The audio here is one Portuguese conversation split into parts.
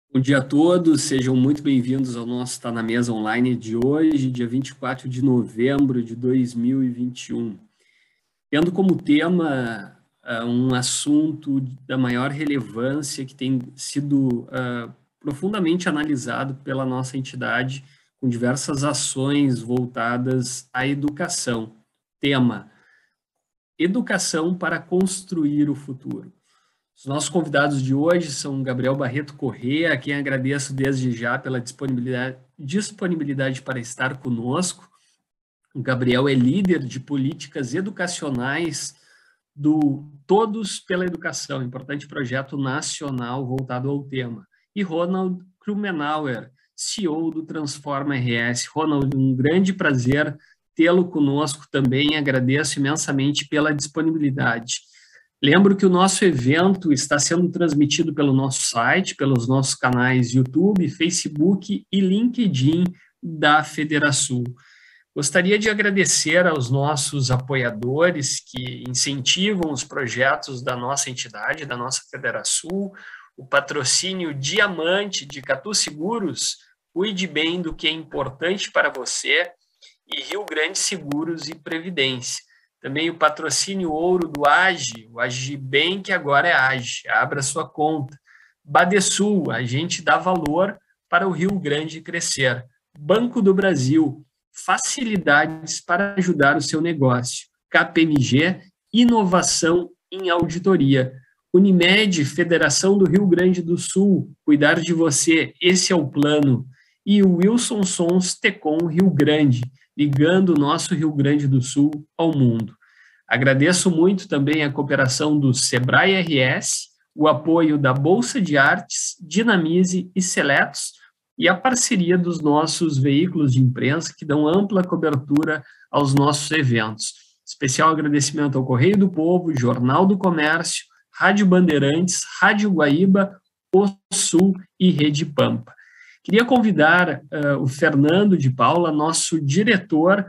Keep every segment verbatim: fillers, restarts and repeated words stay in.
Bom dia a todos, sejam muito bem-vindos ao nosso Tá na Mesa Online de hoje, dia vinte e quatro de novembro de dois mil e vinte e um. Tendo como tema uh, um assunto da maior relevância que tem sido uh, profundamente analisado pela nossa entidade, com diversas ações voltadas à educação. Tema: Educação para construir o futuro. Os nossos convidados de hoje são Gabriel Barreto Corrêa, a quem agradeço desde já pela disponibilidade, disponibilidade para estar conosco. O Gabriel é líder de políticas educacionais do Todos pela Educação, importante projeto nacional voltado ao tema. E Ronald Krumenauer, C E O do Transforma R S. Ronald, um grande prazer tê-lo conosco também, agradeço imensamente pela disponibilidade. Lembro que o nosso evento está sendo transmitido pelo nosso site, pelos nossos canais YouTube, Facebook e LinkedIn da Federação. Gostaria de agradecer aos nossos apoiadores que incentivam os projetos da nossa entidade, da nossa Federação, o patrocínio Diamante de Catu Seguros, cuide bem do que é importante para você, e Rio Grande Seguros e Previdência. Também o patrocínio ouro do Age, o Agibank agora é Age, abra sua conta. Badesul, a gente dá valor para o Rio Grande crescer. Banco do Brasil, facilidades para ajudar o seu negócio. K P M G, inovação em auditoria. Unimed, Federação do Rio Grande do Sul, cuidar de você, esse é o plano. E o Wilson Sons Tecom Rio Grande, ligando o nosso Rio Grande do Sul ao mundo. Agradeço muito também a cooperação do Sebrae R S, o apoio da Bolsa de Artes, Dinamize e Seletos, e a parceria dos nossos veículos de imprensa que dão ampla cobertura aos nossos eventos. Especial agradecimento ao Correio do Povo, Jornal do Comércio, Rádio Bandeirantes, Rádio Guaíba, O Sul e Rede Pampa. Queria convidar uh, o Fernando de Paula, nosso diretor.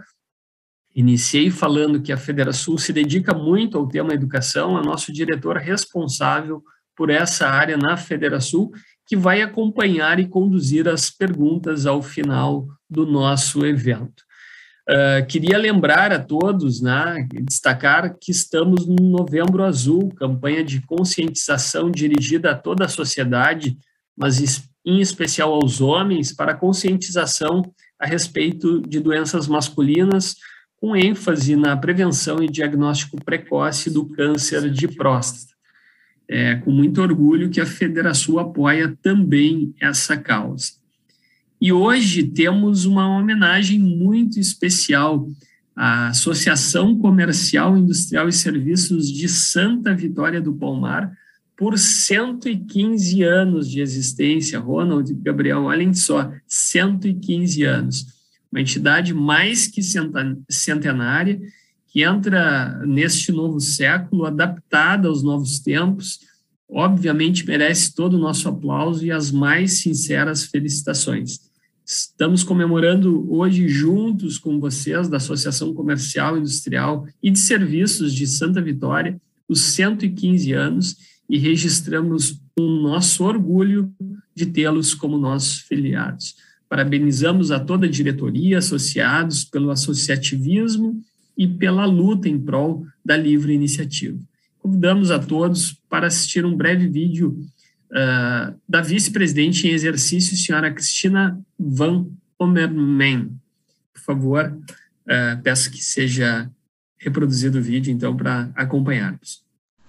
Iniciei falando que a Federação se dedica muito ao tema educação, é nosso diretor responsável por essa área na Federação, que vai acompanhar e conduzir as perguntas ao final do nosso evento. Uh, queria lembrar a todos, né, destacar que estamos no Novembro Azul, campanha de conscientização dirigida a toda a sociedade, mas em especial aos homens, para conscientização a respeito de doenças masculinas, com ênfase na prevenção e diagnóstico precoce do câncer de próstata. É com muito orgulho que a Federação apoia também essa causa. E hoje temos uma homenagem muito especial à Associação Comercial, Industrial e Serviços de Santa Vitória do Palmar, por cento e quinze anos de existência. Ronald e Gabriel, olhem só, cento e quinze anos. Uma entidade mais que centenária, que entra neste novo século, adaptada aos novos tempos, obviamente merece todo o nosso aplauso e as mais sinceras felicitações. Estamos comemorando hoje, juntos com vocês, da Associação Comercial, Industrial e de Serviços de Santa Vitória, os cento e quinze anos, e registramos o nosso orgulho de tê-los como nossos filiados. Parabenizamos a toda a diretoria, associados, pelo associativismo e pela luta em prol da livre iniciativa. Convidamos a todos para assistir um breve vídeo uh, da vice-presidente em exercício, senhora Cristina Van Ommermann. Por favor, uh, peço que seja reproduzido o vídeo, então, para acompanharmos.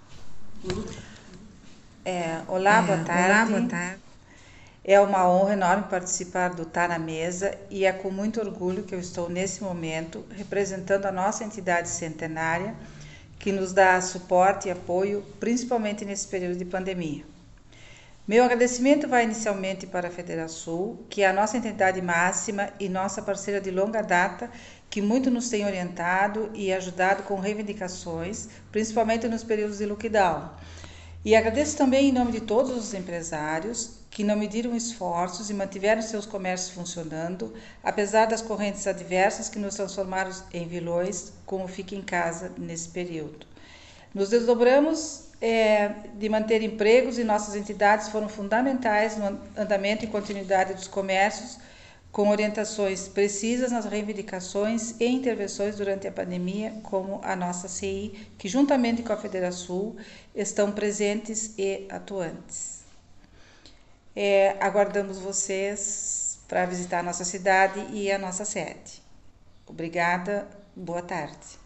É, olá, boa tarde. Olá, boa tarde. É uma honra enorme participar do Tá na Mesa e é com muito orgulho que eu estou nesse momento representando a nossa entidade centenária que nos dá suporte e apoio, principalmente nesse período de pandemia. Meu agradecimento vai inicialmente para a Federação, que é a nossa entidade máxima e nossa parceira de longa data, que muito nos tem orientado e ajudado com reivindicações, principalmente nos períodos de lockdown. E agradeço também em nome de todos os empresários que não mediram esforços e mantiveram seus comércios funcionando, apesar das correntes adversas que nos transformaram em vilões, como fica em casa nesse período. Nos desdobramos é, de manter empregos e nossas entidades foram fundamentais no andamento e continuidade dos comércios, com orientações precisas nas reivindicações e intervenções durante a pandemia, como a nossa C I, que juntamente com a Federação estão presentes e atuantes. É, aguardamos vocês para visitar a nossa cidade e a nossa sede. Obrigada, boa tarde.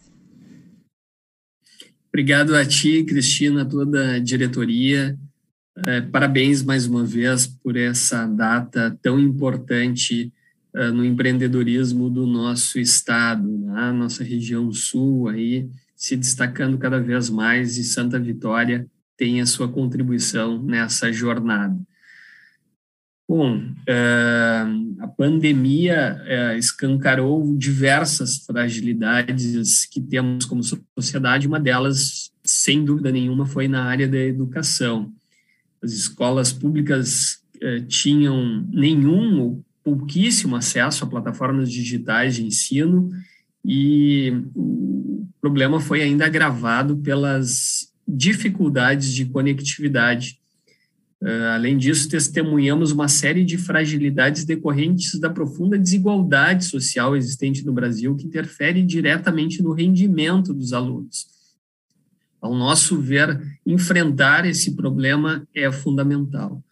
Obrigado a ti, Cristina, toda a diretoria. É, parabéns mais uma vez por essa data tão importante uh, no empreendedorismo do nosso estado, né? Nossa região sul aí se destacando cada vez mais, e Santa Vitória tem a sua contribuição nessa jornada. Bom, uh, a pandemia uh, escancarou diversas fragilidades que temos como sociedade. Uma delas, sem dúvida nenhuma, foi na área da educação. As escolas públicas eh, tinham nenhum ou pouquíssimo acesso a plataformas digitais de ensino, e o problema foi ainda agravado pelas dificuldades de conectividade. Uh, além disso, testemunhamos uma série de fragilidades decorrentes da profunda desigualdade social existente no Brasil, que interfere diretamente no rendimento dos alunos. Ao nosso ver, enfrentar esse problema é fundamental.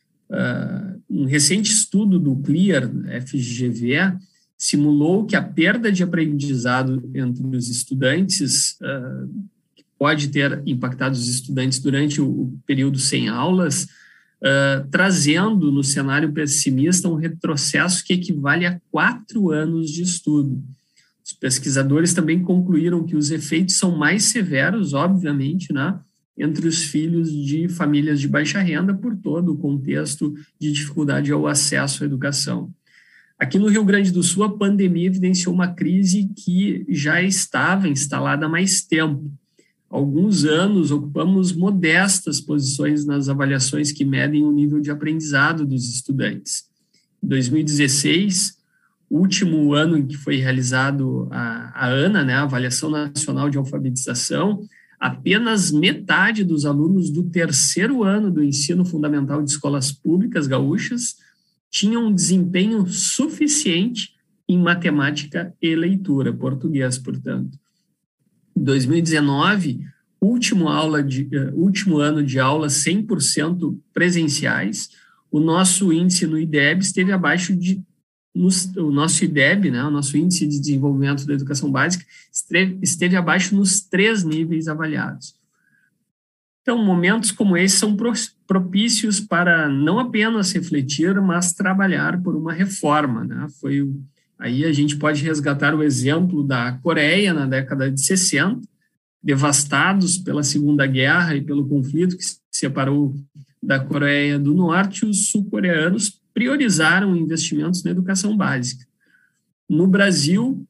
Uh, um recente estudo do CLEAR, F G V, simulou que a perda de aprendizado entre os estudantes, uh, que pode ter impactado os estudantes durante o, o período sem aulas, uh, trazendo no cenário pessimista um retrocesso que equivale a quatro anos de estudo. Os pesquisadores também concluíram que os efeitos são mais severos, obviamente, né, entre os filhos de famílias de baixa renda, por todo o contexto de dificuldade ao acesso à educação. Aqui no Rio Grande do Sul, a pandemia evidenciou uma crise que já estava instalada há mais tempo. Há alguns anos, ocupamos modestas posições nas avaliações que medem o nível de aprendizado dos estudantes. Em dois mil e dezesseis, o último ano em que foi realizado a, a ANA, né, a Avaliação Nacional de Alfabetização, apenas metade dos alunos do terceiro ano do ensino fundamental de escolas públicas gaúchas tinham um desempenho suficiente em matemática e leitura, português, portanto. Em dois mil e dezenove, último, aula de, uh, último ano de aulas cem por cento presenciais, o nosso índice no I D E B esteve abaixo de Nos, o nosso I D E B, né, o nosso Índice de Desenvolvimento da Educação Básica, esteve, esteve abaixo nos três níveis avaliados. Então, momentos como esse são propícios para não apenas refletir, mas trabalhar por uma reforma, né? Foi, aí a gente pode resgatar o exemplo da Coreia na década de sessenta, devastados pela Segunda Guerra e pelo conflito que separou da Coreia do Norte, os sul-coreanos priorizaram investimentos na educação básica. No Brasil,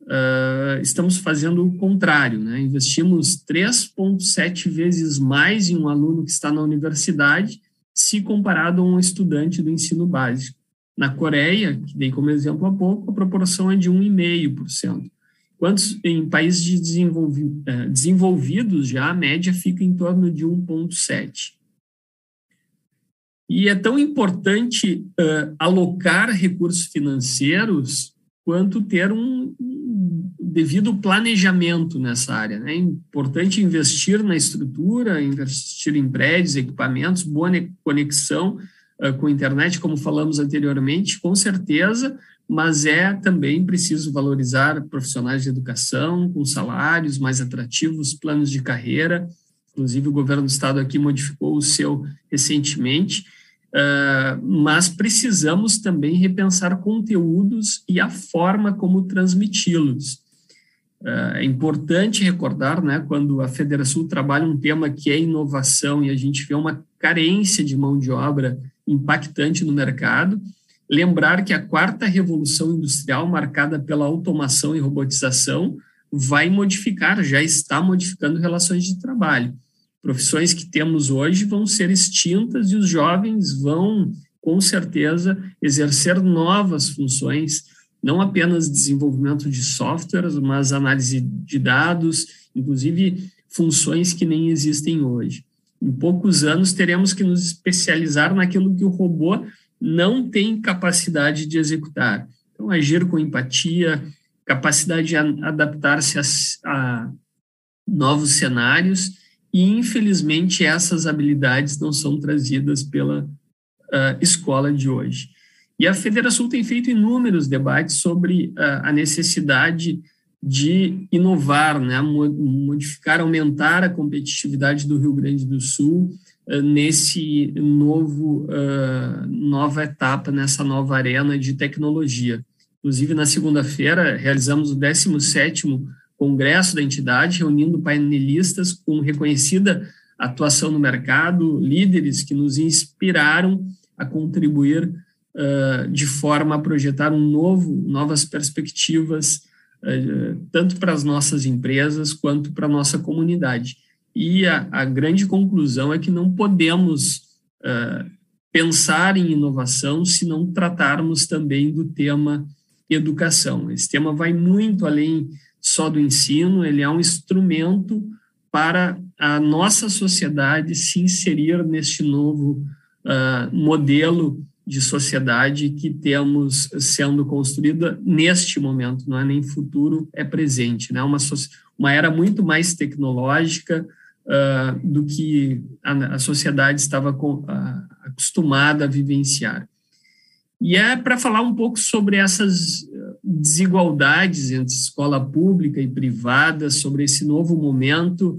uh, estamos fazendo o contrário, né? Investimos três vírgula sete vezes mais em um aluno que está na universidade, se comparado a um estudante do ensino básico. Na Coreia, que dei como exemplo há pouco, a proporção é de um vírgula cinco por cento. Enquanto em países de desenvolvi, uh, desenvolvidos, já a média fica em torno de um vírgula sete por cento. E é tão importante uh, alocar recursos financeiros quanto ter um, um devido planejamento nessa área, né? É importante investir na estrutura, investir em prédios, equipamentos, boa conexão uh, com a internet, como falamos anteriormente, com certeza, mas é também preciso valorizar profissionais de educação com salários mais atrativos, planos de carreira. Inclusive, o governo do estado aqui modificou o seu recentemente. Uh, mas precisamos também repensar conteúdos e a forma como transmiti-los. Uh, é importante recordar, né, quando a Federação trabalha um tema que é inovação e a gente vê uma carência de mão de obra impactante no mercado, lembrar que a quarta revolução industrial, marcada pela automação e robotização, vai modificar, já está modificando relações de trabalho. Profissões que temos hoje vão ser extintas e os jovens vão, com certeza, exercer novas funções, não apenas desenvolvimento de softwares, mas análise de dados, inclusive funções que nem existem hoje. Em poucos anos, teremos que nos especializar naquilo que o robô não tem capacidade de executar. Então, agir com empatia, capacidade de adaptar-se a, a novos cenários, e, infelizmente, essas habilidades não são trazidas pela uh, escola de hoje. E a Federação tem feito inúmeros debates sobre uh, a necessidade de inovar, né, modificar, aumentar a competitividade do Rio Grande do Sul uh, nesse novo, uh, nova etapa, nessa nova arena de tecnologia. Inclusive, na segunda-feira, realizamos o décimo sétimo Congresso da entidade, reunindo painelistas com reconhecida atuação no mercado, líderes que nos inspiraram a contribuir uh, de forma a projetar um novo, novas perspectivas, uh, tanto para as nossas empresas quanto para a nossa comunidade. E a, a grande conclusão é que não podemos uh, pensar em inovação se não tratarmos também do tema educação. Esse tema vai muito além só do ensino, ele é um instrumento para a nossa sociedade se inserir neste novo uh, modelo de sociedade que temos sendo construída neste momento, não é nem futuro, é presente, né? Uma, uma era muito mais tecnológica uh, do que a, a sociedade estava com, uh, acostumada a vivenciar. E é para falar um pouco sobre essas desigualdades entre escola pública e privada, sobre esse novo momento,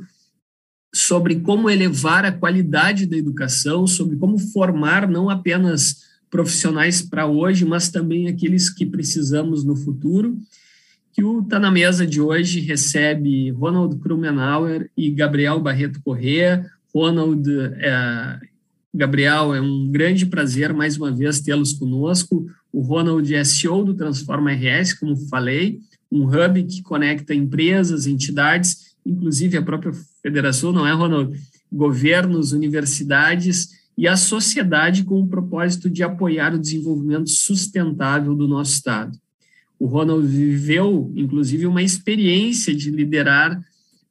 sobre como elevar a qualidade da educação, sobre como formar não apenas profissionais para hoje, mas também aqueles que precisamos no futuro, que o Tá na Mesa de hoje recebe Ronald Krumenauer e Gabriel Barreto Corrêa. Ronald, é, Gabriel, é um grande prazer mais uma vez tê-los conosco. O Ronald é C E O do Transforma R S, como falei, um hub que conecta empresas, entidades, inclusive a própria federação, não é, Ronald? Governos, universidades e a sociedade com o propósito de apoiar o desenvolvimento sustentável do nosso Estado. O Ronald viveu, inclusive, uma experiência de liderar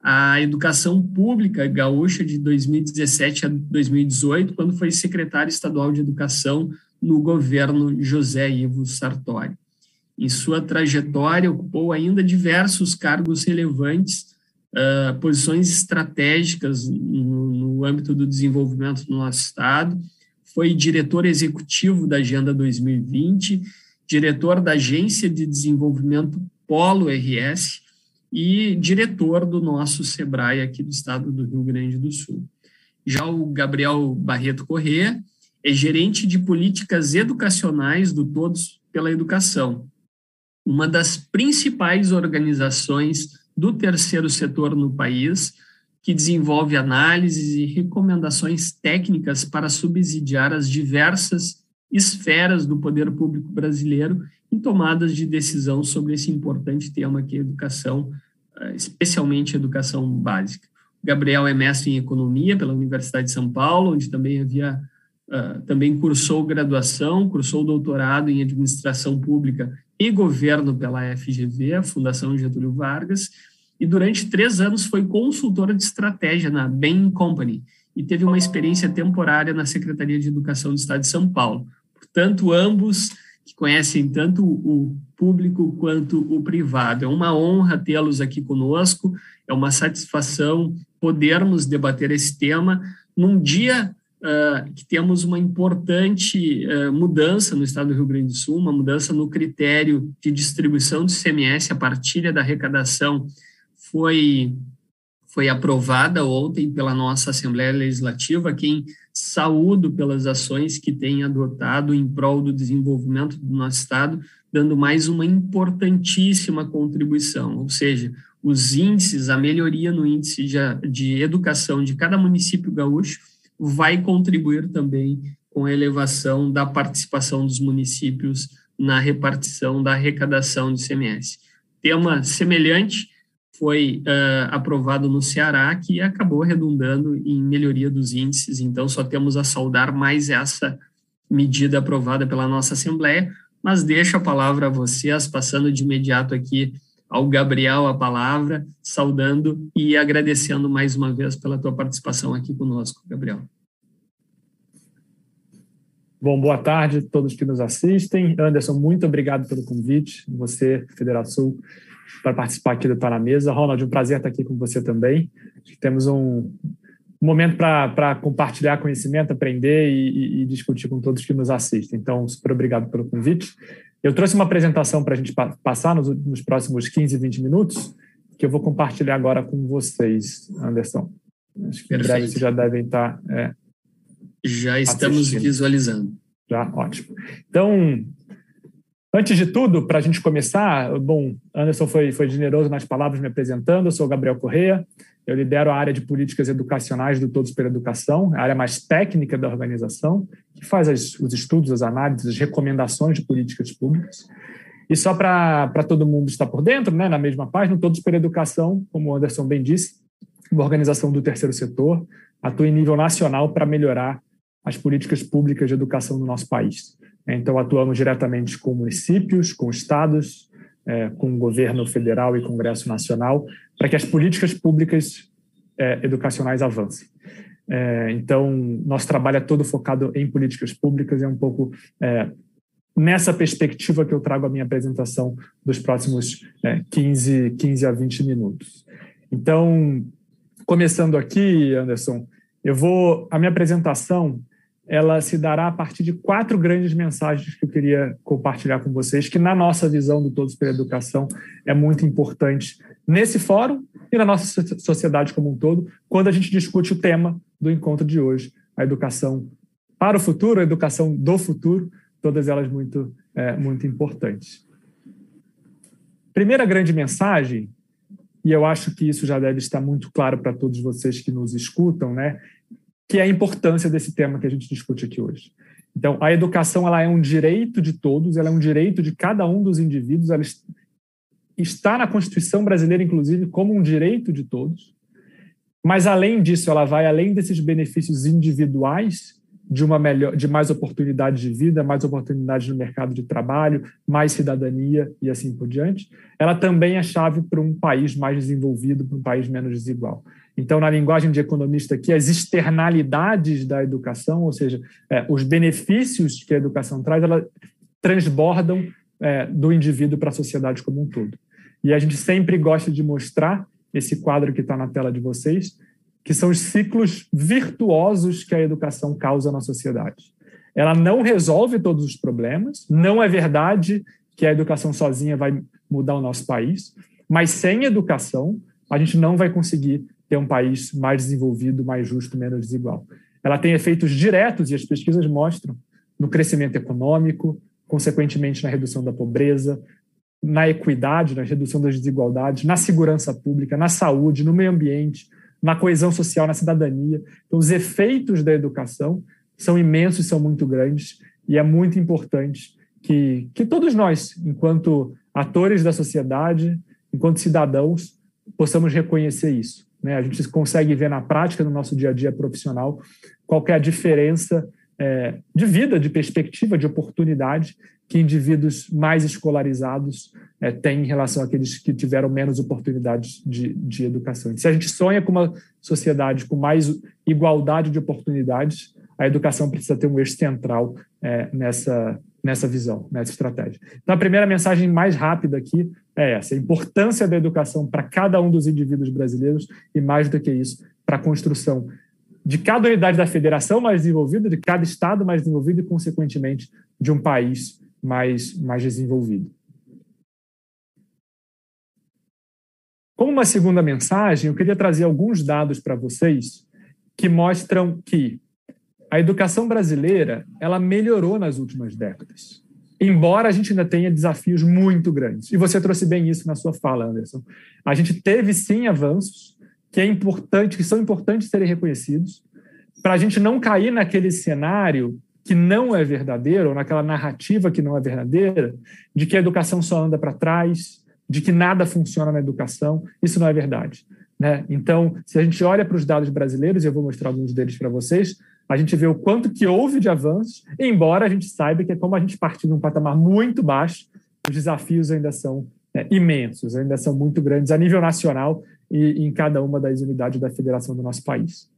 a educação pública gaúcha de dois mil e dezessete a dois mil e dezoito, quando foi secretário estadual de educação no governo José Ivo Sartori. Em sua trajetória, ocupou ainda diversos cargos relevantes, uh, posições estratégicas no, no âmbito do desenvolvimento do nosso Estado. Foi diretor executivo da Agenda dois mil e vinte, diretor da Agência de Desenvolvimento Polo R S, e diretor do nosso SEBRAE aqui do estado do Rio Grande do Sul. Já o Gabriel Barreto Corrêa é gerente de políticas educacionais do Todos pela Educação, uma das principais organizações do terceiro setor no país, que desenvolve análises e recomendações técnicas para subsidiar as diversas esferas do poder público brasileiro em tomadas de decisão sobre esse importante tema que é a educação, especialmente a educação básica. O Gabriel é mestre em Economia pela Universidade de São Paulo, onde também havia, uh, também cursou graduação, cursou doutorado em Administração Pública e Governo pela F G V, a Fundação Getúlio Vargas, e durante três anos foi consultora de estratégia na Bain Company e teve uma experiência temporária na Secretaria de Educação do Estado de São Paulo. Portanto, ambos que conhecem tanto o público quanto o privado. É uma honra tê-los aqui conosco, é uma satisfação podermos debater esse tema num dia uh, que temos uma importante uh, mudança no estado do Rio Grande do Sul, uma mudança no critério de distribuição do I C M S, a partilha da arrecadação foi, foi aprovada ontem pela nossa Assembleia Legislativa, quem saúdo pelas ações que tem adotado em prol do desenvolvimento do nosso Estado, dando mais uma importantíssima contribuição, ou seja, os índices, a melhoria no índice de, de educação de cada município gaúcho vai contribuir também com a elevação da participação dos municípios na repartição da arrecadação do I C M S. Tema semelhante foi uh, aprovado no Ceará, que acabou redundando em melhoria dos índices, então só temos a saudar mais essa medida aprovada pela nossa Assembleia, mas deixo a palavra a vocês, passando de imediato aqui ao Gabriel a palavra, saudando e agradecendo mais uma vez pela tua participação aqui conosco, Gabriel. Bom, boa tarde a todos que nos assistem. Anderson, muito obrigado pelo convite. Você, Federação, para participar aqui do Tá na Mesa. Ronald, um prazer estar aqui com você também. Temos um momento para compartilhar conhecimento, aprender e, e, e discutir com todos que nos assistem. Então, super obrigado pelo convite. Eu trouxe uma apresentação para a gente pa- passar nos, nos próximos quinze, vinte minutos, que eu vou compartilhar agora com vocês, Anderson. Acho que em breve vocês já devem estar... É, já estamos assistindo. Visualizando. Já, ótimo. Então, antes de tudo, para a gente começar, bom, Anderson foi, foi generoso nas palavras me apresentando. Eu sou o Gabriel Correia, eu lidero a área de políticas educacionais do Todos pela Educação, a área mais técnica da organização, que faz as, os estudos, as análises, as recomendações de políticas públicas. E só para todo mundo estar por dentro, né, na mesma página, Todos pela Educação, como o Anderson bem disse, uma organização do terceiro setor, atua em nível nacional para melhorar as políticas públicas de educação no nosso país. Então, atuamos diretamente com municípios, com estados, é, com o governo federal e Congresso Nacional, para que as políticas públicas é, educacionais avancem. É, então, nosso trabalho é todo focado em políticas públicas, é um pouco é, nessa perspectiva que eu trago a minha apresentação dos próximos é, quinze, quinze a vinte minutos. Então, começando aqui, Anderson, eu vou, a minha apresentação ela se dará a partir de quatro grandes mensagens que eu queria compartilhar com vocês, que na nossa visão do Todos pela Educação é muito importante nesse fórum e na nossa sociedade como um todo, quando a gente discute o tema do encontro de hoje, a educação para o futuro, a educação do futuro, todas elas muito, é, muito importantes. Primeira grande mensagem, e eu acho que isso já deve estar muito claro para todos vocês que nos escutam, né? Que é a importância desse tema que a gente discute aqui hoje. Então, a educação ela é um direito de todos, ela é um direito de cada um dos indivíduos, ela está na Constituição brasileira, inclusive, como um direito de todos, mas, além disso, ela vai além desses benefícios individuais de, uma melhor, de mais oportunidades de vida, mais oportunidades no mercado de trabalho, mais cidadania e assim por diante, ela também é chave para um país mais desenvolvido, para um país menos desigual. Então, na linguagem de economista aqui, as externalidades da educação, ou seja, é, os benefícios que a educação traz, elas transbordam é, do indivíduo para a sociedade como um todo. E a gente sempre gosta de mostrar esse quadro que está na tela de vocês, que são os ciclos virtuosos que a educação causa na sociedade. Ela não resolve todos os problemas, não é verdade que a educação sozinha vai mudar o nosso país, mas sem educação, a gente não vai conseguir ter um país mais desenvolvido, mais justo, menos desigual. Ela tem efeitos diretos, e as pesquisas mostram, no crescimento econômico, consequentemente na redução da pobreza, na equidade, na redução das desigualdades, na segurança pública, na saúde, no meio ambiente, na coesão social, na cidadania. Então, os efeitos da educação são imensos, são muito grandes, e é muito importante que, que todos nós, enquanto atores da sociedade, enquanto cidadãos, possamos reconhecer isso. Né? A gente consegue ver na prática, no nosso dia a dia profissional, qual que é a diferença é, de vida, de perspectiva, de oportunidade que indivíduos mais escolarizados é, têm em relação àqueles que tiveram menos oportunidades de, de educação. E se a gente sonha com uma sociedade com mais igualdade de oportunidades, a educação precisa ter um eixo central é, nessa, nessa visão, nessa estratégia. Então, a primeira mensagem mais rápida aqui é essa, a importância da educação para cada um dos indivíduos brasileiros e, mais do que isso, para a construção de cada unidade da federação mais desenvolvida, de cada estado mais desenvolvido e, consequentemente, de um país mais, mais desenvolvido. Como uma segunda mensagem, eu queria trazer alguns dados para vocês que mostram que a educação brasileira ela melhorou nas últimas décadas, embora a gente ainda tenha desafios muito grandes. E você trouxe bem isso na sua fala, Anderson. A gente teve, sim, avanços que, é importante, que são importantes serem reconhecidos, para a gente não cair naquele cenário que não é verdadeiro, ou naquela narrativa que não é verdadeira, de que a educação só anda para trás, de que nada funciona na educação. Isso não é verdade, né? Então, se a gente olha para os dados brasileiros, e eu vou mostrar alguns deles para vocês, a gente vê o quanto que houve de avanços, embora a gente saiba que, como a gente partiu de um patamar muito baixo, os desafios ainda são né, imensos, ainda são muito grandes a nível nacional e em cada uma das unidades da federação do nosso país.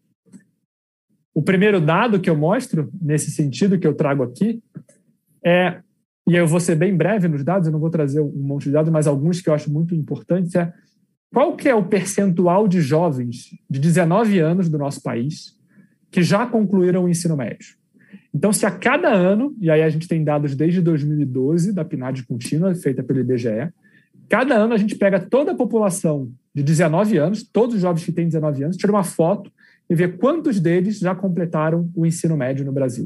O primeiro dado que eu mostro, nesse sentido que eu trago aqui, é, e eu vou ser bem breve nos dados, eu não vou trazer um monte de dados, mas alguns que eu acho muito importantes, é qual que é o percentual de jovens de dezenove anos do nosso país que já concluíram o ensino médio. Então, se a cada ano, e aí a gente tem dados desde dois mil e doze, da P N A D contínua, feita pelo I B G E, cada ano a gente pega toda a população de dezenove anos, todos os jovens que têm dezenove anos, tira uma foto e vê quantos deles já completaram o ensino médio no Brasil.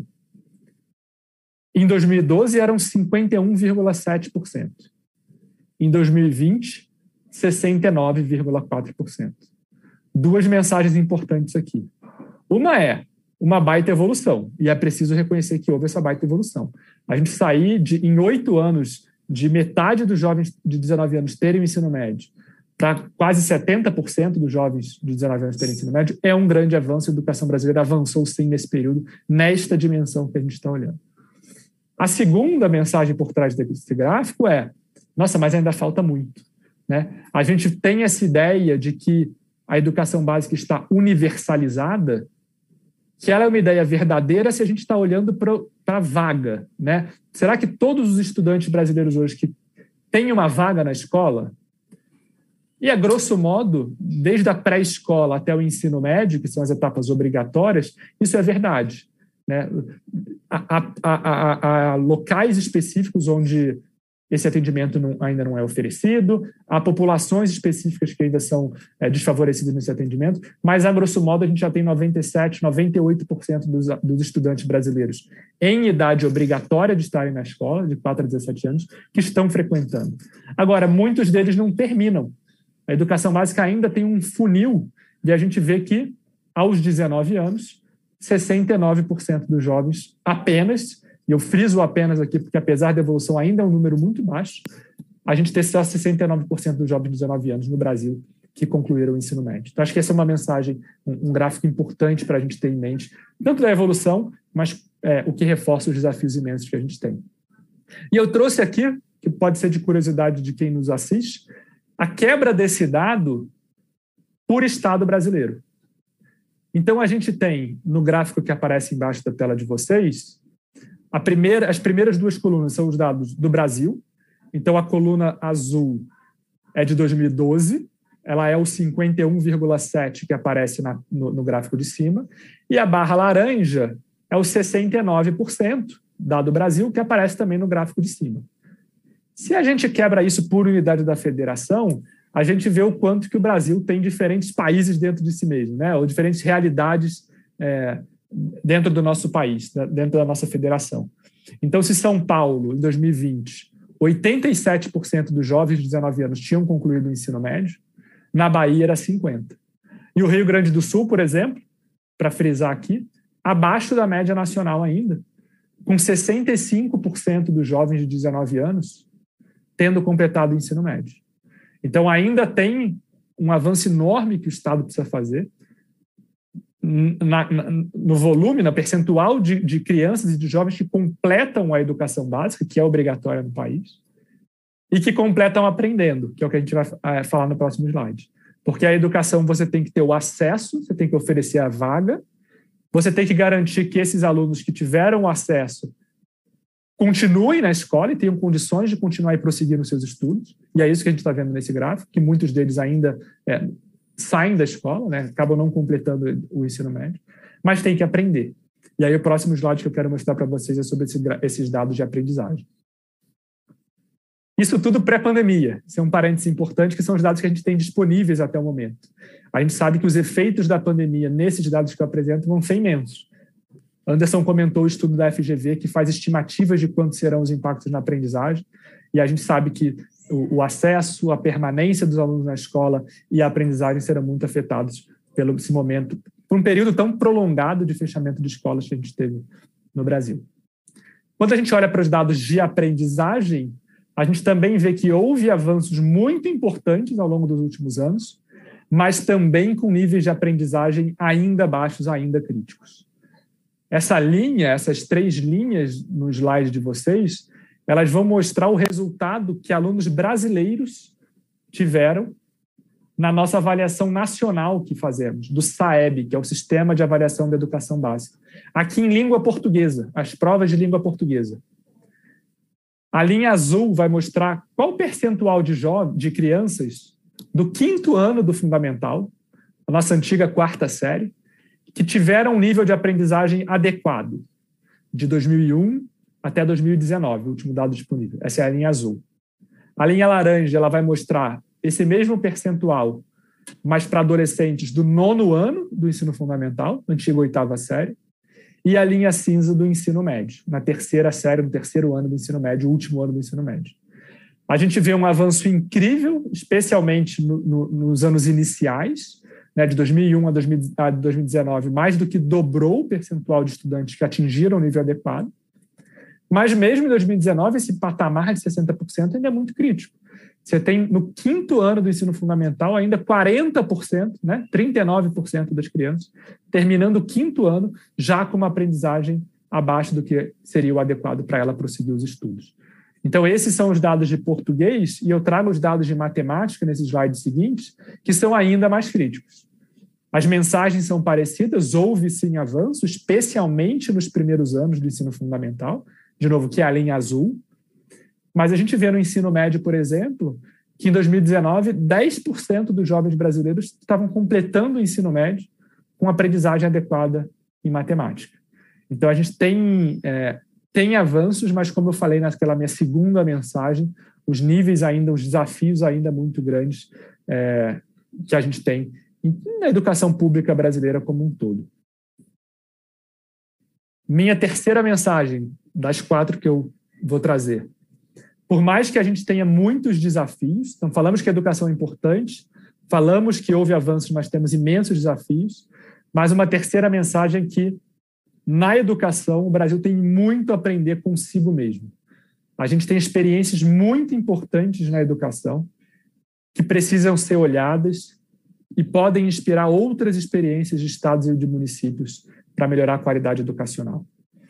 Em dois mil e doze, eram cinquenta e um vírgula sete por cento. Em dois mil e vinte, sessenta e nove vírgula quatro por cento. Duas mensagens importantes aqui. Uma é uma baita evolução, e é preciso reconhecer que houve essa baita evolução. A gente sair de, em oito anos, de metade dos jovens de dezenove anos terem o ensino médio, para quase setenta por cento dos jovens de dezenove anos terem ensino médio, é um grande avanço. A educação brasileira avançou sim nesse período, nesta dimensão que a gente está olhando. A segunda mensagem por trás desse gráfico é, nossa, mas ainda falta muito, né? A gente tem essa ideia de que a educação básica está universalizada, que ela é uma ideia verdadeira se a gente está olhando para a vaga, né? Será que todos os estudantes brasileiros hoje que têm uma vaga na escola, e a grosso modo, desde a pré-escola até o ensino médio, que são as etapas obrigatórias, isso é verdade, né? Há, há, há, há locais específicos onde esse atendimento não, ainda não é oferecido, há populações específicas que ainda são é, desfavorecidas nesse atendimento, mas, a grosso modo, a gente já tem noventa e sete, noventa e oito por cento dos, dos estudantes brasileiros em idade obrigatória de estarem na escola, de quatro a dezessete anos, que estão frequentando. Agora, muitos deles não terminam. A educação básica ainda tem um funil, e a gente vê que, aos dezenove anos, sessenta e nove por cento dos jovens apenas, e eu friso apenas aqui porque, apesar da evolução, ainda é um número muito baixo, a gente tem só sessenta e nove por cento dos jovens de dezenove anos no Brasil que concluíram o ensino médio. Então, acho que essa é uma mensagem, um, um gráfico importante para a gente ter em mente, tanto da evolução, mas é, o que reforça os desafios imensos que a gente tem. E eu trouxe aqui, que pode ser de curiosidade de quem nos assiste, a quebra desse dado por estado brasileiro. Então, a gente tem, no gráfico que aparece embaixo da tela de vocês, a primeira, as primeiras duas colunas são os dados do Brasil. Então, a coluna azul é de dois mil e doze, ela é o cinquenta e um vírgula sete por cento que aparece na, no, no gráfico de cima, e a barra laranja é o sessenta e nove por cento dado Brasil, que aparece também no gráfico de cima. Se a gente quebra isso por unidade da federação, a gente vê o quanto que o Brasil tem diferentes países dentro de si mesmo, né? Ou diferentes realidades é, dentro do nosso país, dentro da nossa federação. Então, se São Paulo, em dois mil e vinte, oitenta e sete por cento dos jovens de dezenove anos tinham concluído o ensino médio, na Bahia era cinquenta por cento. E o Rio Grande do Sul, por exemplo, para frisar aqui, abaixo da média nacional ainda, com sessenta e cinco por cento dos jovens de dezenove anos tendo completado o ensino médio. Então, ainda tem um avanço enorme que o Estado precisa fazer na, na, no volume, na percentual de, de crianças e de jovens que completam a educação básica, que é obrigatória no país, e que completam aprendendo, que é o que a gente vai é, falar no próximo slide. Porque a educação você tem que ter o acesso, você tem que oferecer a vaga, você tem que garantir que esses alunos que tiveram o acesso continuem na escola e tenham condições de continuar e prosseguir nos seus estudos. E é isso que a gente está vendo nesse gráfico, que muitos deles ainda é, saem da escola, né, acabam não completando o ensino médio, mas tem que aprender. E aí o próximo slide que eu quero mostrar para vocês é sobre esse, esses dados de aprendizagem. Isso tudo pré-pandemia. Isso é um parênteses importante, que são os dados que a gente tem disponíveis até o momento. A gente sabe que os efeitos da pandemia nesses dados que eu apresento vão ser imensos. Anderson comentou o estudo da F G V, que faz estimativas de quantos serão os impactos na aprendizagem, e a gente sabe que o, o acesso, a permanência dos alunos na escola e a aprendizagem serão muito afetados pelo esse momento, por um período tão prolongado de fechamento de escolas que a gente teve no Brasil. Quando a gente olha para os dados de aprendizagem, a gente também vê que houve avanços muito importantes ao longo dos últimos anos, mas também com níveis de aprendizagem ainda baixos, ainda críticos. Essa linha, essas três linhas no slide de vocês, elas vão mostrar o resultado que alunos brasileiros tiveram na nossa avaliação nacional que fazemos, do SAEB, que é o Sistema de Avaliação da Educação Básica. Aqui em língua portuguesa, as provas de língua portuguesa. A linha azul vai mostrar qual o percentual de, jovens, de crianças do quinto ano do fundamental, a nossa antiga quarta série, que tiveram um nível de aprendizagem adequado, de dois mil e um até dois mil e dezenove, o último dado disponível. Essa é a linha azul. A linha laranja ela vai mostrar esse mesmo percentual, mas para adolescentes do nono ano do ensino fundamental, antiga oitava série, e a linha cinza do ensino médio, na terceira série, no terceiro ano do ensino médio, o último ano do ensino médio. A gente vê um avanço incrível, especialmente no, no, nos anos iniciais, né, de dois mil e um a dois mil e dezenove, mais do que dobrou o percentual de estudantes que atingiram o nível adequado. Mas mesmo em dois mil e dezenove, esse patamar de sessenta por cento ainda é muito crítico. Você tem, no quinto ano do ensino fundamental, ainda quarenta por cento, né, trinta e nove por cento das crianças, terminando o quinto ano já com uma aprendizagem abaixo do que seria o adequado para ela prosseguir os estudos. Então, esses são os dados de português, e eu trago os dados de matemática nesses slides seguintes, que são ainda mais críticos. As mensagens são parecidas, houve sim avanço, especialmente nos primeiros anos do ensino fundamental, de novo, que é a linha azul. Mas a gente vê no ensino médio, por exemplo, que em dois mil e dezenove, dez por cento dos jovens brasileiros estavam completando o ensino médio com aprendizagem adequada em matemática. Então, a gente tem, é, tem avanços, mas como eu falei naquela minha segunda mensagem, os níveis ainda, os desafios ainda muito grandes é, que a gente tem na educação pública brasileira como um todo. Minha terceira mensagem, das quatro que eu vou trazer. Por mais que a gente tenha muitos desafios, então falamos que a educação é importante, falamos que houve avanços, mas temos imensos desafios, mas uma terceira mensagem é que, na educação, o Brasil tem muito a aprender consigo mesmo. A gente tem experiências muito importantes na educação que precisam ser olhadas e podem inspirar outras experiências de estados e de municípios para melhorar a qualidade educacional.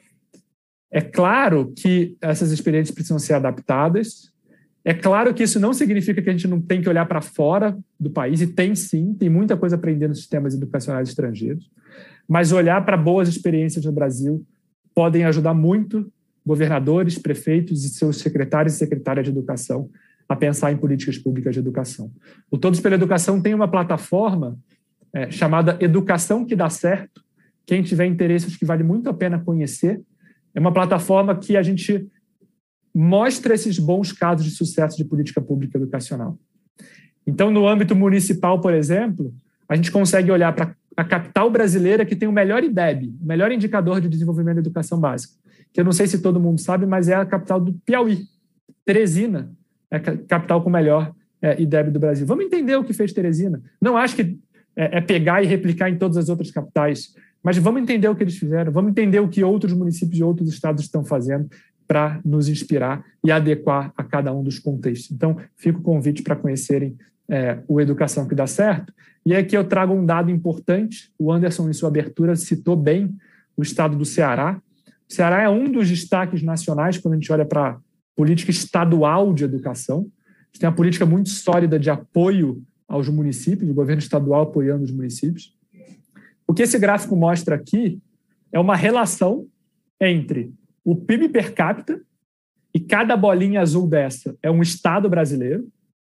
É claro que essas experiências precisam ser adaptadas. É claro que isso não significa que a gente não tem que olhar para fora do país, e tem sim, tem muita coisa a aprender nos sistemas educacionais estrangeiros, mas olhar para boas experiências no Brasil podem ajudar muito governadores, prefeitos e seus secretários e secretárias de educação a pensar em políticas públicas de educação. O Todos pela Educação tem uma plataforma é, chamada Educação que Dá Certo. Quem tiver interesse, acho que vale muito a pena conhecer. É uma plataforma que a gente mostra esses bons casos de sucesso de política pública educacional. Então, no âmbito municipal, por exemplo, a gente consegue olhar para a capital brasileira que tem o melhor I D E B, o melhor indicador de desenvolvimento da educação básica, que eu não sei se todo mundo sabe, mas é a capital do Piauí. Teresina é a capital com o melhor é, I D E B do Brasil. Vamos entender o que fez Teresina. Não acho que é, é pegar e replicar em todas as outras capitais, mas vamos entender o que eles fizeram, vamos entender o que outros municípios de outros estados estão fazendo para nos inspirar e adequar a cada um dos contextos. Então, fica o convite para conhecerem é, o Educação que Dá Certo. E aqui eu trago um dado importante. O Anderson, em sua abertura, citou bem o estado do Ceará. O Ceará é um dos destaques nacionais quando a gente olha para a política estadual de educação. A gente tem uma política muito sólida de apoio aos municípios, o governo estadual apoiando os municípios. O que esse gráfico mostra aqui é uma relação entre o P I B per capita, e cada bolinha azul dessa é um estado brasileiro.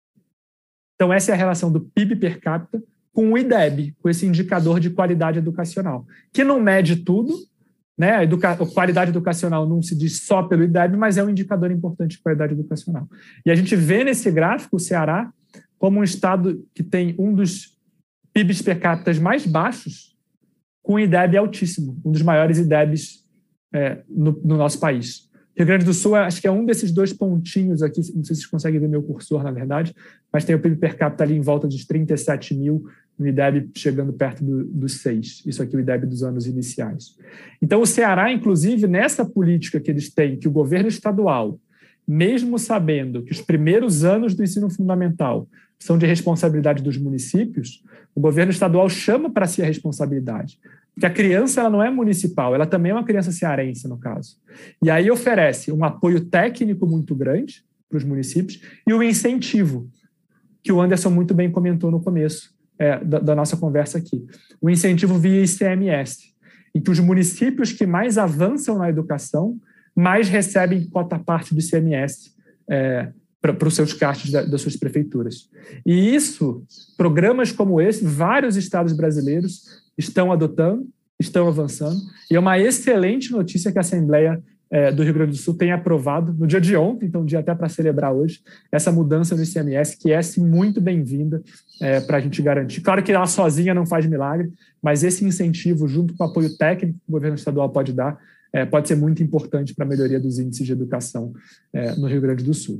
Então, essa é a relação do P I B per capita com o I D E B, com esse indicador de qualidade educacional, que não mede tudo, né? A, educa... a qualidade educacional não se diz só pelo I D E B, mas é um indicador importante de qualidade educacional. E a gente vê nesse gráfico o Ceará como um estado que tem um dos P I Bs per capita mais baixos, com I D E B altíssimo, um dos maiores I D E Bs é, no, no nosso país. Rio Grande do Sul, acho que é um desses dois pontinhos aqui, não sei se vocês conseguem ver meu cursor, na verdade, mas tem o P I B per capita ali em volta de trinta e sete mil, no I D E B chegando perto do, dos seis. Isso aqui é o I D E B dos anos iniciais. Então, o Ceará, inclusive, nessa política que eles têm, que o governo estadual, mesmo sabendo que os primeiros anos do ensino fundamental são de responsabilidade dos municípios, o governo estadual chama para si a responsabilidade. Porque a criança ela não é municipal, ela também é uma criança cearense, no caso. E aí oferece um apoio técnico muito grande para os municípios e o incentivo, que o Anderson muito bem comentou no começo é, da, da nossa conversa aqui. O incentivo via I C M S, em que os municípios que mais avançam na educação mais recebem cota parte do I C M S é, para os seus gastos da, das suas prefeituras. E isso, programas como esse, vários estados brasileiros estão adotando, estão avançando, e é uma excelente notícia que a Assembleia é, do Rio Grande do Sul tem aprovado no dia de ontem, então um dia até para celebrar hoje, essa mudança no I C M S, que é sim, muito bem-vinda é, para a gente garantir. Claro que ela sozinha não faz milagre, mas esse incentivo, junto com o apoio técnico que o governo estadual pode dar, é, pode ser muito importante para a melhoria dos índices de educação é, no Rio Grande do Sul.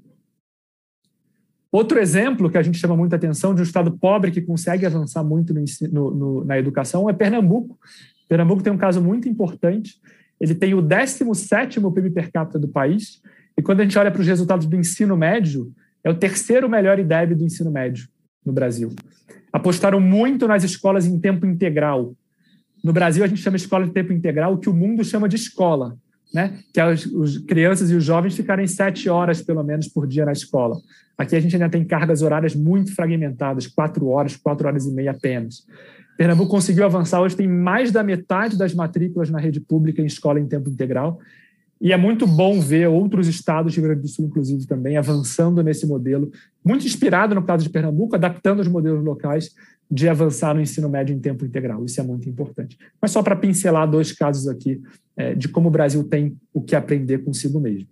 Outro exemplo que a gente chama muita atenção de um estado pobre que consegue avançar muito no ensino, no, na educação é Pernambuco. Pernambuco tem um caso muito importante. Ele tem o décimo sétimo P I B per capita do país e quando a gente olha para os resultados do ensino médio, é o terceiro melhor I D E B do ensino médio no Brasil. Apostaram muito nas escolas em tempo integral. No Brasil, a gente chama de escola de tempo integral, o que o mundo chama de escola, né? Que as os crianças e os jovens ficarem sete horas, pelo menos, por dia na escola. Aqui a gente ainda tem cargas horárias muito fragmentadas, quatro horas, quatro horas e meia apenas. Pernambuco conseguiu avançar, hoje tem mais da metade das matrículas na rede pública em escola em tempo integral, e é muito bom ver outros estados do Rio Grande do Sul, inclusive, também avançando nesse modelo, muito inspirado no caso de Pernambuco, adaptando os modelos locais de avançar no ensino médio em tempo integral. Isso é muito importante. Mas só para pincelar dois casos aqui é, de como o Brasil tem o que aprender consigo mesmo.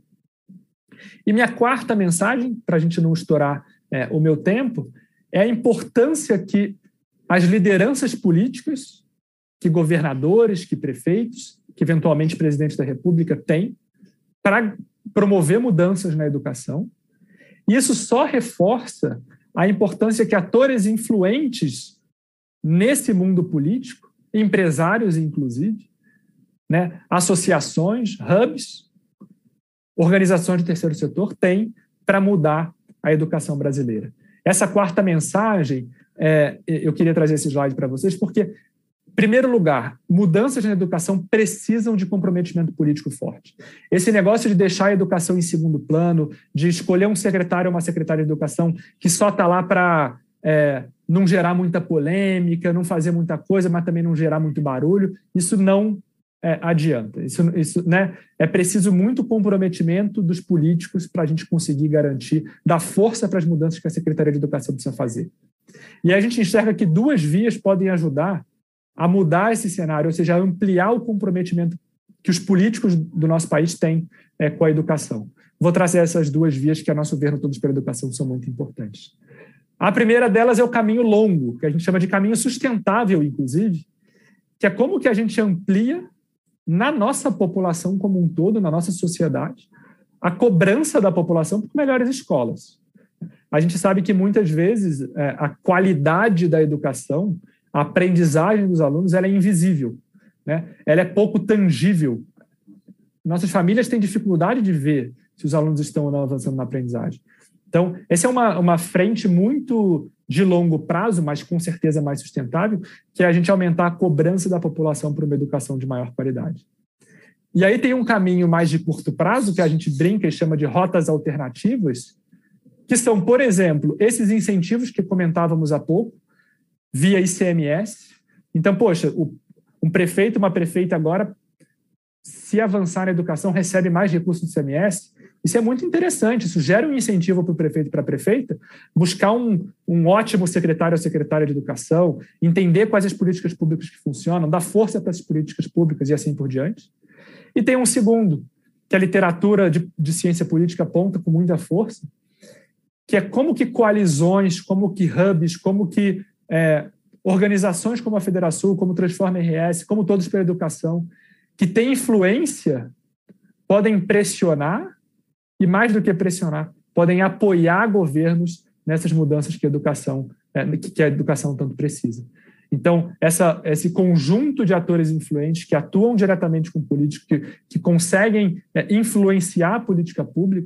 E minha quarta mensagem, para a gente não estourar é, o meu tempo, é a importância que as lideranças políticas, que governadores, que prefeitos, que eventualmente presidente da República têm para promover mudanças na educação. E isso só reforça a importância que atores influentes nesse mundo político, empresários inclusive, né, associações, hubs, organizações de terceiro setor têm para mudar a educação brasileira. Essa quarta mensagem, é, eu queria trazer esse slide para vocês, porque, em primeiro lugar, mudanças na educação precisam de comprometimento político forte. Esse negócio de deixar a educação em segundo plano, de escolher um secretário ou uma secretária de educação que só está lá para é, não gerar muita polêmica, não fazer muita coisa, mas também não gerar muito barulho, isso não É, adianta. Isso, isso, né, é preciso muito comprometimento dos políticos para a gente conseguir garantir, dar força para as mudanças que a Secretaria de Educação precisa fazer. E aí a gente enxerga que duas vias podem ajudar a mudar esse cenário, ou seja, a ampliar o comprometimento que os políticos do nosso país têm é, com a educação. Vou trazer essas duas vias que, a nosso ver, no Todos pela Educação, são muito importantes. A primeira delas é o caminho longo, que a gente chama de caminho sustentável, inclusive, que é como que a gente amplia na nossa população como um todo, na nossa sociedade, a cobrança da população por melhores escolas. A gente sabe que, muitas vezes, a qualidade da educação, a aprendizagem dos alunos, ela é invisível, né? Ela é pouco tangível. Nossas famílias têm dificuldade de ver se os alunos estão ou não avançando na aprendizagem. Então, essa é uma, uma frente muito de longo prazo, mas com certeza mais sustentável, que é a gente aumentar a cobrança da população por uma educação de maior qualidade. E aí tem um caminho mais de curto prazo, que a gente brinca e chama de rotas alternativas, que são, por exemplo, esses incentivos que comentávamos há pouco, via I C M S. Então, poxa, o, um prefeito, uma prefeita agora, se avançar na educação, recebe mais recursos do I C M S. Isso é muito interessante, isso gera um incentivo para o prefeito e para a prefeita buscar um, um ótimo secretário ou secretária de educação, entender quais as políticas públicas que funcionam, dar força para essas políticas públicas e assim por diante. E tem um segundo, que a literatura de, de ciência política aponta com muita força, que é como que coalizões, como que hubs, como que é, organizações como a Federação, como o Transforma R S, como Todos pela Educação, que têm influência, podem pressionar e, mais do que pressionar, podem apoiar governos nessas mudanças que a educação, que a educação tanto precisa. Então, essa, esse conjunto de atores influentes que atuam diretamente com políticos, que, que conseguem é, influenciar a política pública,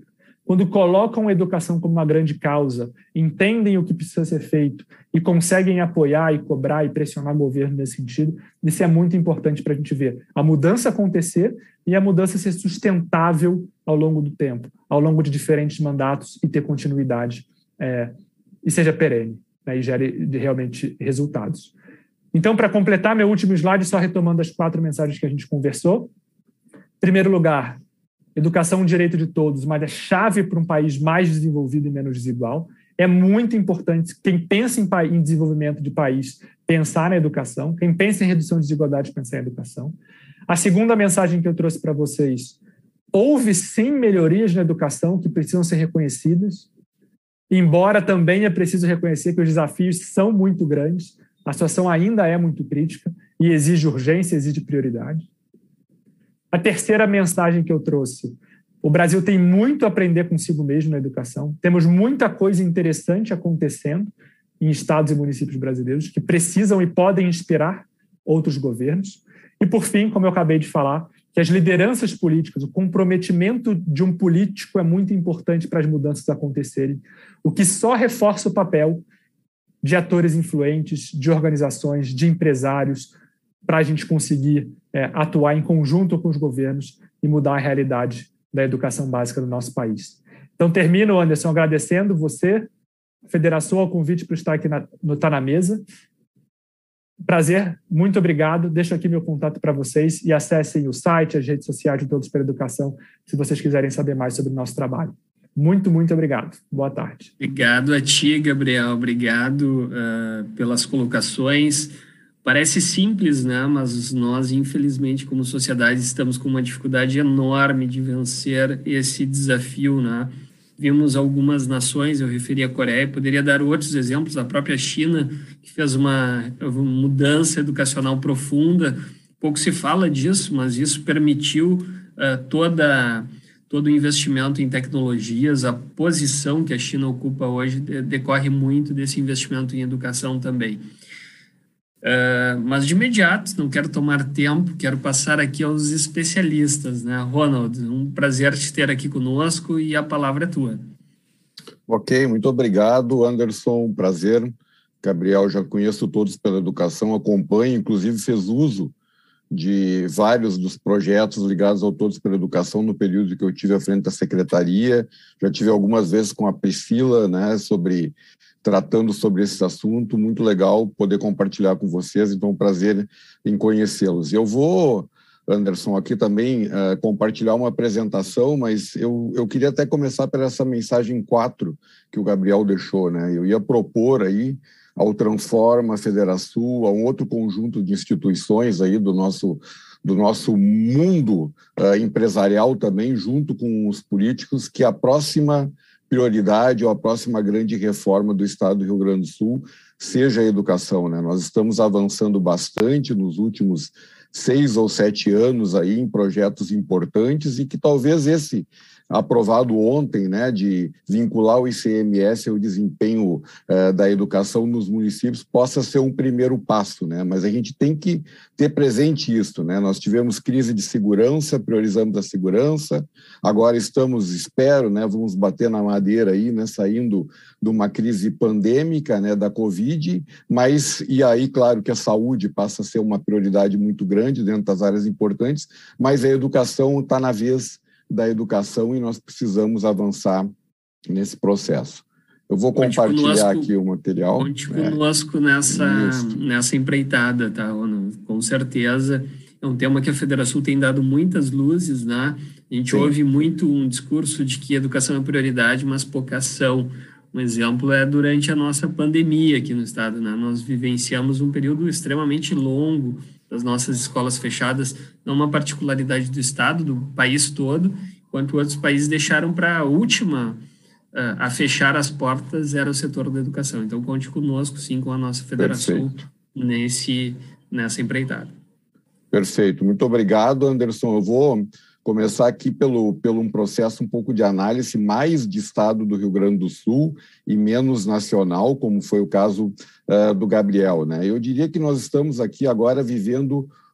quando colocam a educação como uma grande causa, entendem o que precisa ser feito e conseguem apoiar e cobrar e pressionar o governo nesse sentido, isso é muito importante para a gente ver a mudança acontecer e a mudança ser sustentável ao longo do tempo, ao longo de diferentes mandatos e ter continuidade é, e seja perene, né, e gere realmente resultados. Então, para completar meu último slide, só retomando as quatro mensagens que a gente conversou. Em primeiro lugar, educação é um direito de todos, mas é chave para um país mais desenvolvido e menos desigual. É muito importante quem pensa em, em desenvolvimento de país pensar na educação, quem pensa em redução de desigualdade pensar em educação. A segunda mensagem que eu trouxe para vocês, houve sim melhorias na educação que precisam ser reconhecidas, embora também é preciso reconhecer que os desafios são muito grandes, a situação ainda é muito crítica e exige urgência, exige prioridade. A terceira mensagem que eu trouxe, o Brasil tem muito a aprender consigo mesmo na educação, temos muita coisa interessante acontecendo em estados e municípios brasileiros que precisam e podem inspirar outros governos. E, por fim, como eu acabei de falar, que as lideranças políticas, o comprometimento de um político é muito importante para as mudanças acontecerem, o que só reforça o papel de atores influentes, de organizações, de empresários, para a gente conseguir é, atuar em conjunto com os governos e mudar a realidade da educação básica do nosso país. Então, termino, Anderson, agradecendo você, a Federação, ao convite para estar aqui na, no Tá na Mesa. Prazer, muito obrigado. Deixo aqui meu contato para vocês e acessem o site, as redes sociais de Todos pela Educação, se vocês quiserem saber mais sobre o nosso trabalho. Muito, muito obrigado. Boa tarde. Obrigado a ti, Gabriel. Obrigado uh, pelas colocações. Parece simples, né? Mas nós, infelizmente, como sociedade, estamos com uma dificuldade enorme de vencer esse desafio, né? Vimos algumas nações, eu referi a Coreia, poderia dar outros exemplos, a própria China, que fez uma mudança educacional profunda. Pouco se fala disso, mas isso permitiu uh, toda, todo o investimento em tecnologias. A posição que a China ocupa hoje decorre muito desse investimento em educação também. Uh, mas de imediato, não quero tomar tempo, quero passar aqui aos especialistas, né? Ronald, um prazer te ter aqui conosco e a palavra é tua. Ok, muito obrigado, Anderson, um prazer. Gabriel, já conheço Todos pela Educação, acompanho, inclusive fez uso de vários dos projetos ligados ao Todos pela Educação no período que eu tive à frente da secretaria, já tive algumas vezes com a Priscila, né, sobre... tratando sobre esse assunto, muito legal poder compartilhar com vocês, então é um prazer em conhecê-los. Eu vou, Anderson, aqui também uh, compartilhar uma apresentação, mas eu, eu queria até começar por essa mensagem quatro que o Gabriel deixou, né? Eu ia propor aí ao Transforma, Federação, a um outro conjunto de instituições aí do nosso, do nosso mundo uh, empresarial também, junto com os políticos, que a próxima prioridade ou a próxima grande reforma do Estado do Rio Grande do Sul seja a educação, né? Nós estamos avançando bastante nos últimos seis ou sete anos aí em projetos importantes e que talvez esse aprovado ontem, né, de vincular o I C M S ao desempenho eh, da educação nos municípios, possa ser um primeiro passo, né? Mas a gente tem que ter presente isso, né? Nós tivemos crise de segurança, priorizamos a segurança, agora estamos, espero, né, vamos bater na madeira aí, né, saindo de uma crise pandêmica, né, da Covid, mas, e aí, claro que a saúde passa a ser uma prioridade muito grande dentro das áreas importantes, mas a educação está na vez da educação e nós precisamos avançar nesse processo. Eu vou conte compartilhar conosco, aqui o material. Conte né? conosco nessa, nessa empreitada, tá, Ronald? Com certeza. É um tema que a Federação tem dado muitas luzes, né? A gente Sim. ouve muito um discurso de que a educação é prioridade, mas pouca ação. Um exemplo é durante a nossa pandemia aqui no estado, né? Nós vivenciamos um período extremamente longo das nossas escolas fechadas, não uma particularidade do estado, do país todo, enquanto outros países deixaram para a última uh, a fechar as portas, era o setor da educação. Então, conte conosco, sim, com a nossa federação nesse, nessa empreitada. Perfeito. Muito obrigado, Anderson. Eu vou começar aqui pelo, pelo um processo um pouco de análise mais de estado do Rio Grande do Sul e menos nacional, como foi o caso uh, do Gabriel, né? Eu diria que nós estamos aqui agora vivendo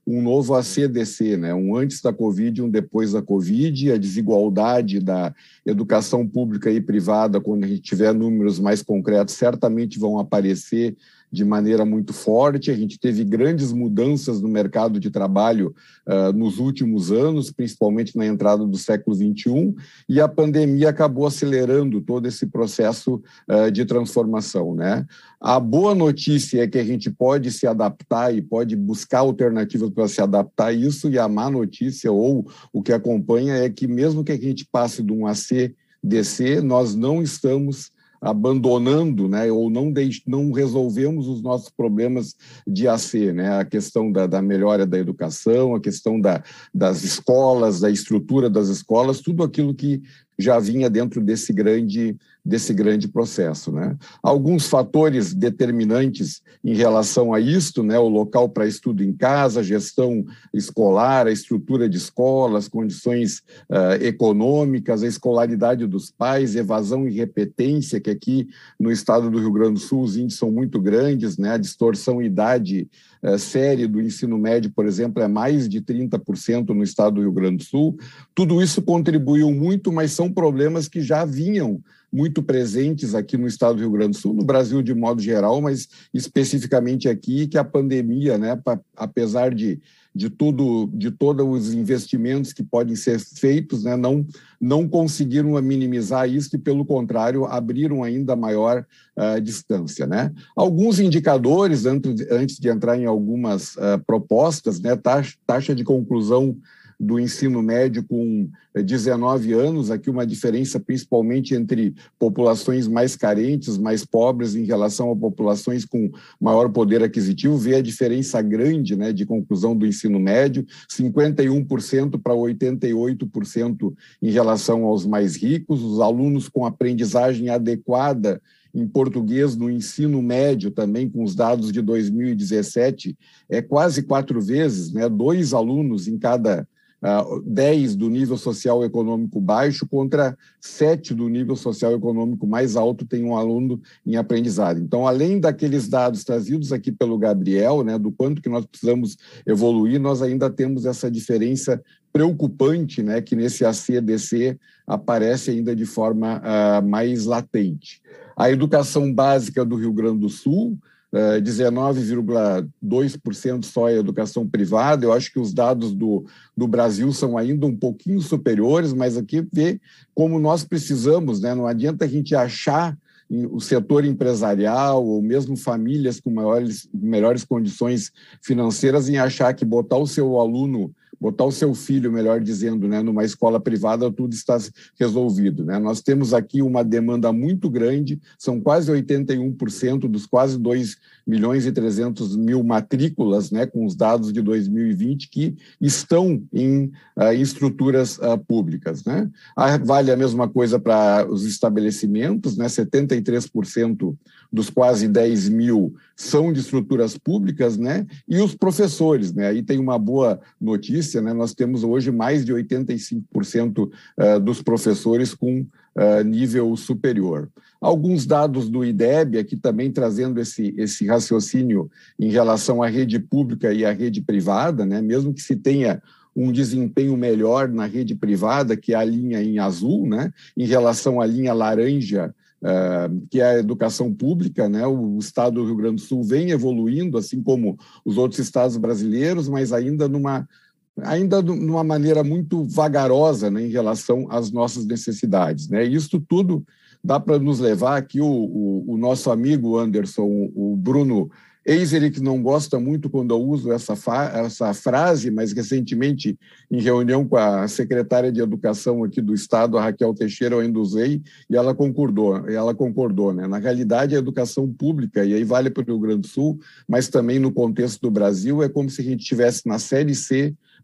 um novo A C D C, né? Um antes da Covid e um depois da Covid. A desigualdade da educação pública e privada, quando a gente tiver números mais concretos, certamente vão aparecer de maneira muito forte. A gente teve grandes mudanças no mercado de trabalho uh, nos últimos anos, principalmente na entrada do século vinte e um, e a pandemia acabou acelerando todo esse processo uh, de transformação, né? A boa notícia é que a gente pode se adaptar e pode buscar alternativas para se adaptar a isso, e a má notícia, ou o que acompanha, é que mesmo que a gente passe de um A C D C, nós não estamos abandonando, né, ou não, deix, não resolvemos os nossos problemas de A C, né, a questão da, da melhora da educação, a questão da, das escolas, da estrutura das escolas, tudo aquilo que já vinha dentro desse grande, desse grande processo, né? Alguns fatores determinantes em relação a isto, né, o local para estudo em casa, a gestão escolar, a estrutura de escolas, condições uh, econômicas, a escolaridade dos pais, evasão e repetência, que aqui no estado do Rio Grande do Sul os índices são muito grandes, né, a distorção idade uh, série do ensino médio, por exemplo, é mais de trinta por cento no estado do Rio Grande do Sul. Tudo isso contribuiu muito, mas são problemas que já vinham muito presentes aqui no estado do Rio Grande do Sul, no Brasil de modo geral, mas especificamente aqui, que a pandemia, né, apesar de, de, tudo, de todos os investimentos que podem ser feitos, né, não, não conseguiram minimizar isso e, pelo contrário, abriram ainda maior uh, distância, né? Alguns indicadores, antes, antes de entrar em algumas uh, propostas, né, taxa, taxa de conclusão do ensino médio com dezenove anos, aqui uma diferença principalmente entre populações mais carentes, mais pobres, em relação a populações com maior poder aquisitivo, vê a diferença grande, né, de conclusão do ensino médio, cinquenta e um por cento para oitenta e oito por cento em relação aos mais ricos, os alunos com aprendizagem adequada em português no ensino médio também, com os dados de dois mil e dezessete, é quase quatro vezes, né, dois alunos em cada Uh, dez do nível social econômico baixo contra sete do nível social econômico mais alto tem um aluno em aprendizado. Então, além daqueles dados trazidos aqui pelo Gabriel, né, do quanto que nós precisamos evoluir, nós ainda temos essa diferença preocupante, né, que nesse A C D C aparece ainda de forma uh, mais latente. A educação básica do Rio Grande do Sul, Uh, dezenove vírgula dois por cento só é educação privada. Eu acho que os dados do, do Brasil são ainda um pouquinho superiores, mas aqui vê como nós precisamos, né? Não adianta a gente achar o setor empresarial ou mesmo famílias com maiores, melhores condições financeiras em achar que botar o seu aluno, botar o seu filho, melhor dizendo, né, numa escola privada, tudo está resolvido, né? Nós temos aqui uma demanda muito grande, são quase oitenta e um por cento dos quase dois milhões e trezentos mil matrículas, né, com os dados de dois mil e vinte, que estão em uh, estruturas uh, públicas, né? Ah, vale a mesma coisa para os estabelecimentos, né? setenta e três por cento dos quase dez mil são de estruturas públicas, né? E os professores, né? Aí tem uma boa notícia, né? Nós temos hoje mais de oitenta e cinco por cento uh, dos professores com uh, nível superior. Alguns dados do I D E B, aqui também trazendo esse, esse raciocínio em relação à rede pública e à rede privada, né? Mesmo que se tenha um desempenho melhor na rede privada, que é a linha em azul, né? Em relação à linha laranja, Uh, que é a educação pública, né? O estado do Rio Grande do Sul vem evoluindo, assim como os outros estados brasileiros, mas ainda numa, ainda numa maneira muito vagarosa, né, em relação às nossas necessidades, né? E isso tudo dá para nos levar aqui, o, o, o nosso amigo Anderson, o, o Bruno Eiser, que não gosta muito quando eu uso essa, essa frase, mas recentemente, em reunião com a secretária de Educação aqui do Estado, a Raquel Teixeira, eu ainda usei, e ela concordou, ela concordou, né? Na realidade, a educação pública, e aí vale para o Rio Grande do Sul, mas também no contexto do Brasil, é como se a gente estivesse na série C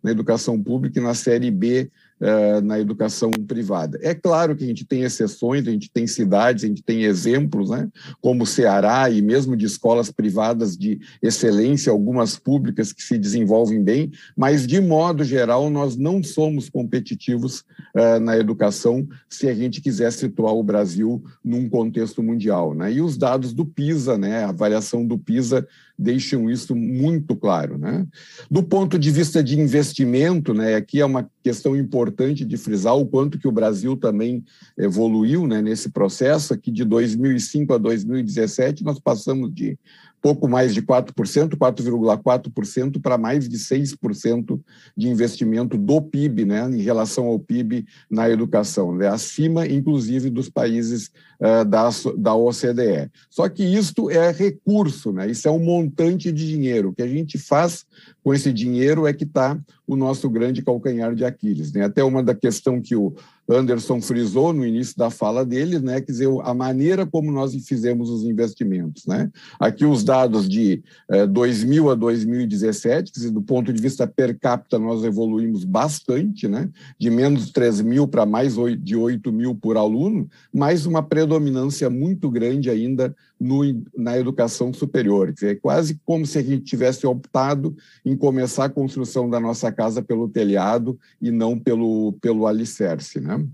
na educação pública e na série B uh, na educação privada. É claro que a gente tem exceções, a gente tem cidades, a gente tem exemplos, né, como o Ceará e mesmo de escolas privadas de excelência, algumas públicas que se desenvolvem bem, mas de modo geral nós não somos competitivos uh, na educação se a gente quiser situar o Brasil num contexto mundial, né? E os dados do PISA, né, a avaliação do PISA deixam isso muito claro, né? Do ponto de vista de investimento, né, aqui é uma questão importante de frisar o quanto que o Brasil também evoluiu, né, nesse processo. Aqui de dois mil e cinco a dois mil e dezessete nós passamos de pouco mais de quatro por cento, quatro vírgula quatro por cento para mais de seis por cento de investimento do P I B, né, em relação ao P I B na educação, né, acima, inclusive, dos países uh, da, da O C D E. Só que isto é recurso, né, isso é um montante de dinheiro. O que a gente faz com esse dinheiro é que está o nosso grande calcanhar de Aquiles, né? Até uma da questão que o Anderson frisou no início da fala dele, né? Quer dizer, a maneira como nós fizemos os investimentos, né? Aqui os dados de eh, dois mil a dois mil e dezessete, quer dizer, do ponto de vista per capita nós evoluímos bastante, né? De menos de três mil para mais de oito mil por aluno, mas uma predominância muito grande ainda no, na educação superior. Quer dizer, é quase como se a gente tivesse optado em começar a construção da nossa casa pelo telhado e não pelo, pelo alicerce, né?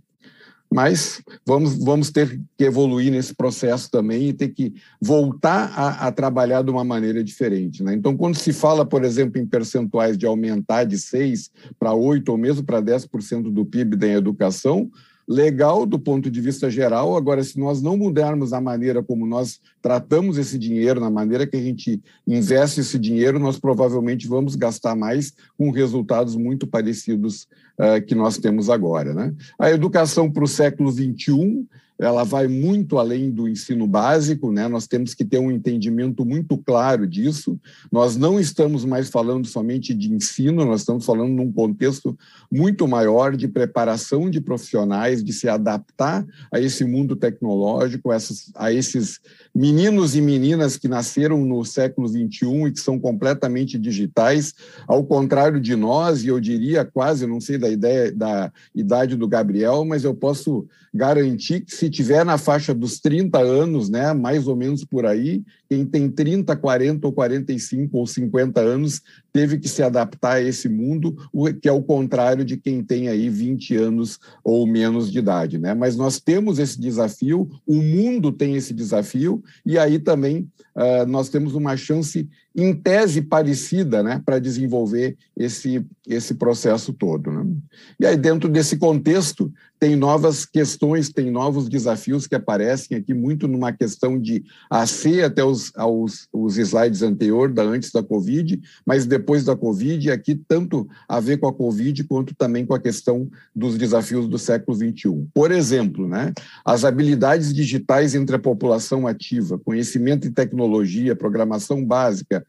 Mas vamos, vamos ter que evoluir nesse processo também e ter que voltar a, a trabalhar de uma maneira diferente, né? Então, quando se fala, por exemplo, em percentuais de aumentar de seis para oito ou mesmo para dez por cento do P I B da educação, legal do ponto de vista geral. Agora, se nós não mudarmos a maneira como nós tratamos esse dinheiro, na maneira que a gente investe esse dinheiro, nós provavelmente vamos gastar mais com resultados muito parecidos uh, que nós temos agora, né? A educação para o século vinte e um, ela vai muito além do ensino básico, né? Nós temos que ter um entendimento muito claro disso. Nós não estamos mais falando somente de ensino, nós estamos falando num contexto muito maior de preparação de profissionais, de se adaptar a esse mundo tecnológico, essas, a esses meninos e meninas que nasceram no século vinte e um e que são completamente digitais, ao contrário de nós, e eu diria quase, não sei da, ideia, da idade do Gabriel, mas eu posso garantir que se tiver na faixa dos trinta anos, né, mais ou menos por aí, quem tem trinta, quarenta ou quarenta e cinco ou cinquenta anos teve que se adaptar a esse mundo, que é o contrário de quem tem aí vinte anos ou menos de idade, né? Mas nós temos esse desafio, o mundo tem esse desafio, e aí também uh, nós temos uma chance, em tese parecida, né, para desenvolver esse, esse processo todo, né? E aí, dentro desse contexto, tem novas questões, tem novos desafios que aparecem aqui, muito numa questão de A C, até os, aos, os slides anteriores, da antes da Covid, mas depois da Covid, aqui tanto a ver com a Covid, quanto também com a questão dos desafios do século vinte e um. Por exemplo, né, as habilidades digitais entre a população ativa, conhecimento em tecnologia, programação básica,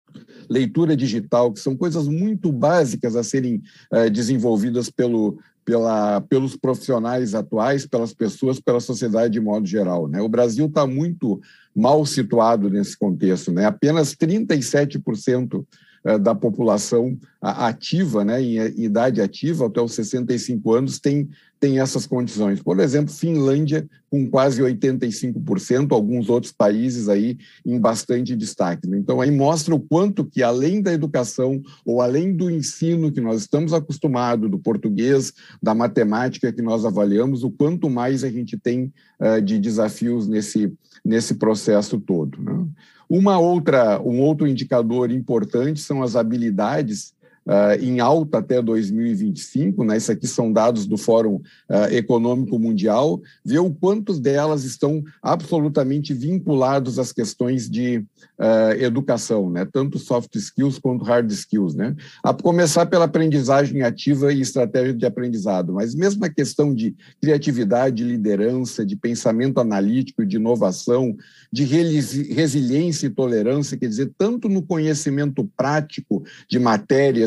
leitura digital, que são coisas muito básicas a serem uh, desenvolvidas pelo, pela, pelos profissionais atuais, pelas pessoas, pela sociedade de modo geral, né? O Brasil está muito mal situado nesse contexto, né? Apenas trinta e sete por cento da população ativa, né, em idade ativa, até os sessenta e cinco anos, tem, tem essas condições. Por exemplo, Finlândia, com quase oitenta e cinco por cento, alguns outros países aí em bastante destaque. Então, aí mostra o quanto que, além da educação, ou além do ensino que nós estamos acostumados, do português, da matemática que nós avaliamos, o quanto mais a gente tem uh, de desafios nesse, nesse processo todo, né? Uma outra, um outro indicador importante são as habilidades uh, em alta até dois mil e vinte e cinco, né? Isso aqui são dados do Fórum uh, Econômico Mundial, ver o quantos delas estão absolutamente vinculados às questões de uh, educação, né? Tanto soft skills quanto hard skills, né? A começar pela aprendizagem ativa e estratégia de aprendizado, mas mesmo a questão de criatividade, liderança, de pensamento analítico, de inovação, de resiliência e tolerância, quer dizer, tanto no conhecimento prático de matérias,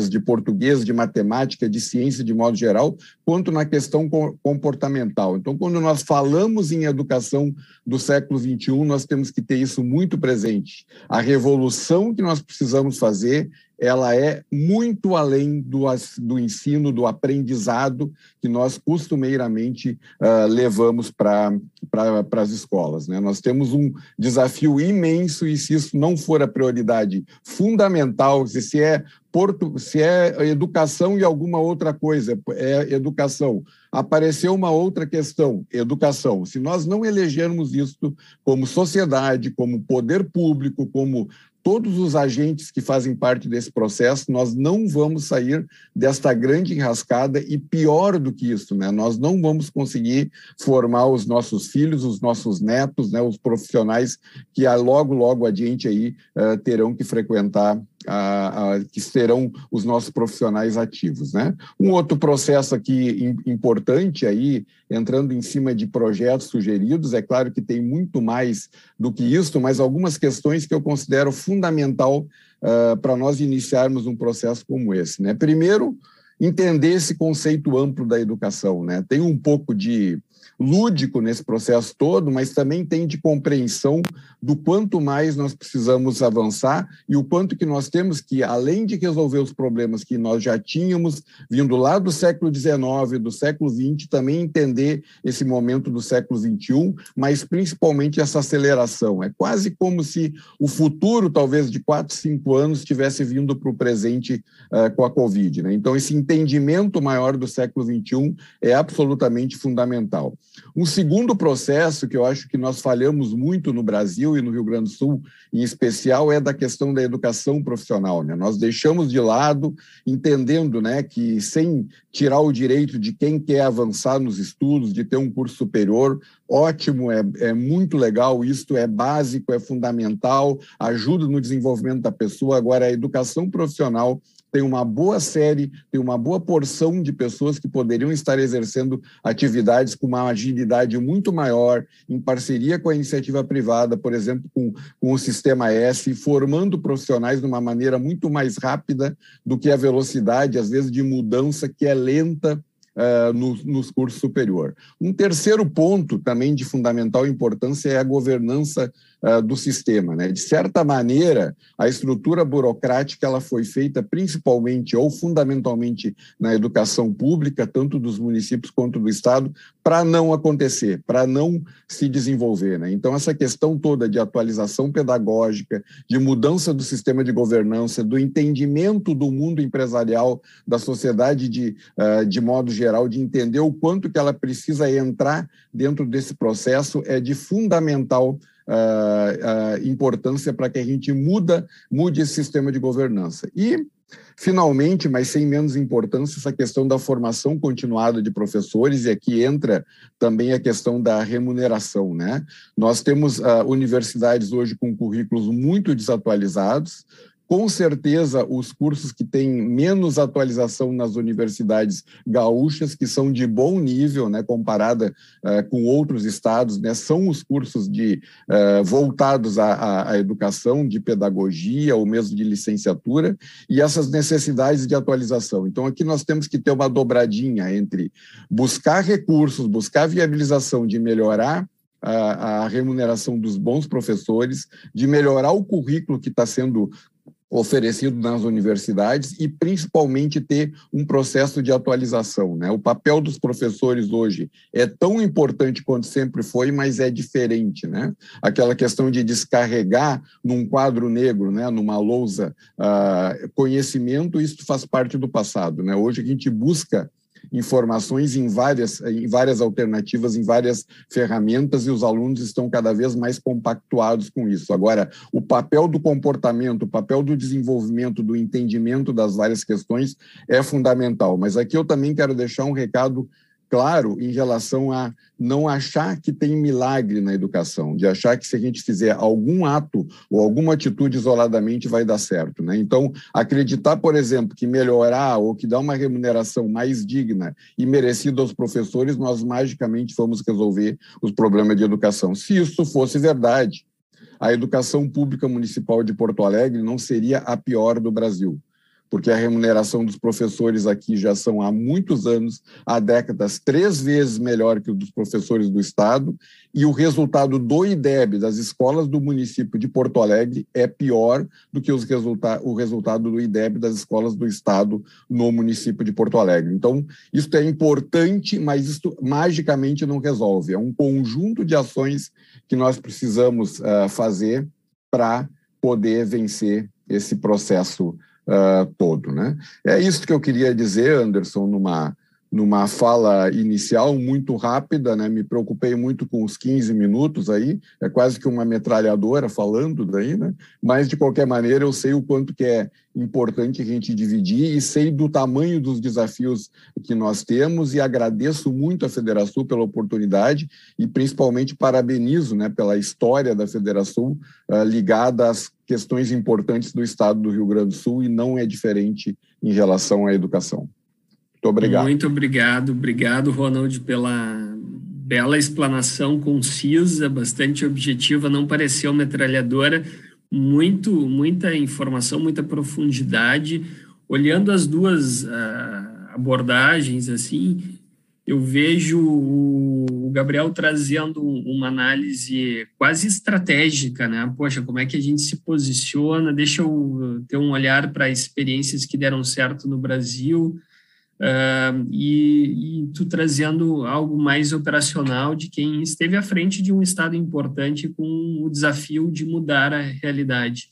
inglês, de português, de matemática, de ciência de modo geral, quanto na questão comportamental. Então, quando nós falamos em educação do século vinte e um, nós temos que ter isso muito presente. A revolução que nós precisamos fazer, ela é muito além do, do ensino, do aprendizado que nós costumeiramente uh, levamos para para as escolas, né? Nós temos um desafio imenso e se isso não for a prioridade fundamental, se, se, é, porto, se é educação e alguma outra coisa, é educação. Apareceu uma outra questão, educação. Se nós não elegermos isso como sociedade, como poder público, como todos os agentes que fazem parte desse processo, nós não vamos sair desta grande enrascada e pior do que isso, né? Nós não vamos conseguir formar os nossos filhos, os nossos netos, né? Os profissionais que logo, logo adiante aí uh, terão que frequentar A, a, que serão os nossos profissionais ativos, né? Um outro processo aqui importante aí, entrando em cima de projetos sugeridos, é claro que tem muito mais do que isso, mas algumas questões que eu considero fundamental uh, para nós iniciarmos um processo como esse, né? Primeiro, entender esse conceito amplo da educação, né? Tem um pouco de lúdico nesse processo todo, mas também tem de compreensão do quanto mais nós precisamos avançar e o quanto que nós temos que, além de resolver os problemas que nós já tínhamos vindo lá do século dezenove, do século vinte, também entender esse momento do século vinte e um, mas principalmente essa aceleração. É quase como se o futuro, talvez de quatro, cinco anos, tivesse vindo para o presente uh, com a Covid, né? Então, esse entendimento maior do século vinte e um é absolutamente fundamental. Um segundo processo que eu acho que nós falhamos muito no Brasil e no Rio Grande do Sul, em especial, é da questão da educação profissional, né? Nós deixamos de lado, entendendo, né, que sem tirar o direito de quem quer avançar nos estudos, de ter um curso superior, ótimo, é, é muito legal, isto é básico, é fundamental, ajuda no desenvolvimento da pessoa. Agora, a educação profissional tem uma boa série, tem uma boa porção de pessoas que poderiam estar exercendo atividades com uma agilidade muito maior, em parceria com a iniciativa privada, por exemplo, com, com o Sistema S, formando profissionais de uma maneira muito mais rápida do que a velocidade, às vezes, de mudança que é lenta Uh, no, nos cursos superiores. Um terceiro ponto, também de fundamental importância, é a governança uh, do sistema, né? De certa maneira, a estrutura burocrática ela foi feita principalmente ou fundamentalmente na educação pública, tanto dos municípios quanto do Estado, para não acontecer, para não se desenvolver, né? Então, essa questão toda de atualização pedagógica, de mudança do sistema de governança, do entendimento do mundo empresarial, da sociedade de, uh, de modo geral, geral, de entender o quanto que ela precisa entrar dentro desse processo é de fundamental uh, uh, importância para que a gente muda, mude esse sistema de governança. E, finalmente, mas sem menos importância, essa questão da formação continuada de professores, e aqui entra também a questão da remuneração, né? Nós temos uh, universidades hoje com currículos muito desatualizados. Com certeza, os cursos que têm menos atualização nas universidades gaúchas, que são de bom nível, né, comparada uh, com outros estados, né, são os cursos de, uh, voltados à, à, à educação, de pedagogia ou mesmo de licenciatura, e essas necessidades de atualização. Então, aqui nós temos que ter uma dobradinha entre buscar recursos, buscar viabilização de melhorar a, a remuneração dos bons professores, de melhorar o currículo que está sendo oferecido nas universidades e, principalmente, ter um processo de atualização, né? O papel dos professores hoje é tão importante quanto sempre foi, mas é diferente, né? Aquela questão de descarregar num quadro negro, né, numa lousa, uh, conhecimento, isso faz parte do passado, né? Hoje a gente busca informações em várias, em várias alternativas, em várias ferramentas, e os alunos estão cada vez mais compactuados com isso. Agora, o papel do comportamento, o papel do desenvolvimento, do entendimento das várias questões é fundamental. Mas aqui eu também quero deixar um recado claro em relação a não achar que tem milagre na educação, de achar que se a gente fizer algum ato ou alguma atitude isoladamente vai dar certo, né? Então, acreditar, por exemplo, que melhorar ou que dar uma remuneração mais digna e merecida aos professores, nós magicamente vamos resolver os problemas de educação. Se isso fosse verdade, a educação pública municipal de Porto Alegre não seria a pior do Brasil. porque a remuneração dos professores aqui já são há muitos anos, há décadas, três vezes melhor que o dos professores do Estado, e o resultado do I D E B, das escolas do município de Porto Alegre, é pior do que os resulta- o resultado do I D E B das escolas do Estado no município de Porto Alegre. Então, isso é importante, mas isso magicamente não resolve. É um conjunto de ações que nós precisamos uh, fazer para poder vencer esse processo uh, todo, né? É isso que eu queria dizer, Anderson, numa, numa fala inicial muito rápida, né? Me preocupei muito com os quinze minutos aí, é quase que uma metralhadora falando daí, né? Mas, de qualquer maneira, eu sei o quanto que é importante a gente dividir e sei do tamanho dos desafios que nós temos e agradeço muito à Federação pela oportunidade e principalmente parabenizo, né, pela história da Federação uh, ligada às questões importantes do Estado do Rio Grande do Sul e não é diferente em relação à educação. Muito obrigado. Muito obrigado. Obrigado, Ronald, pela bela explanação concisa, bastante objetiva, não pareceu metralhadora. Muito, muita informação, muita profundidade. Olhando as duas uh, abordagens, assim, eu vejo o Gabriel trazendo uma análise quase estratégica, né? Poxa, como é que a gente se posiciona? Deixa eu ter um olhar para experiências que deram certo no Brasil, Uh, e, e tu trazendo algo mais operacional de quem esteve à frente de um estado importante com o desafio de mudar a realidade.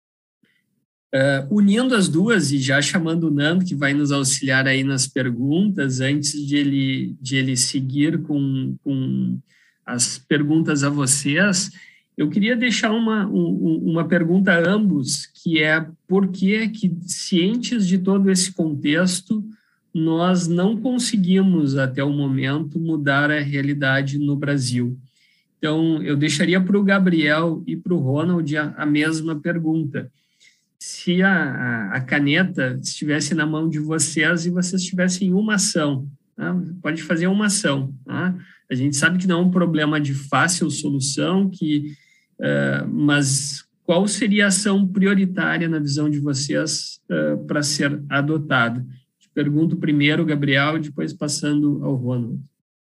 Uh, unindo as duas e já chamando o Nando, que vai nos auxiliar aí nas perguntas, antes de ele, de ele seguir com, com as perguntas a vocês, eu queria deixar uma, um, uma pergunta a ambos, que é por que, que cientes de todo esse contexto, nós não conseguimos, até o momento, mudar a realidade no Brasil. Então, eu deixaria para o Gabriel e para o Ronald a, a mesma pergunta. Se a, a caneta estivesse na mão de vocês e vocês tivessem uma ação, tá? Pode fazer uma ação. Tá? A gente sabe que não é um problema de fácil solução, que, uh, mas qual seria a ação prioritária na visão de vocês uh, para ser adotada? Pergunto primeiro, Gabriel, depois passando ao Ronald.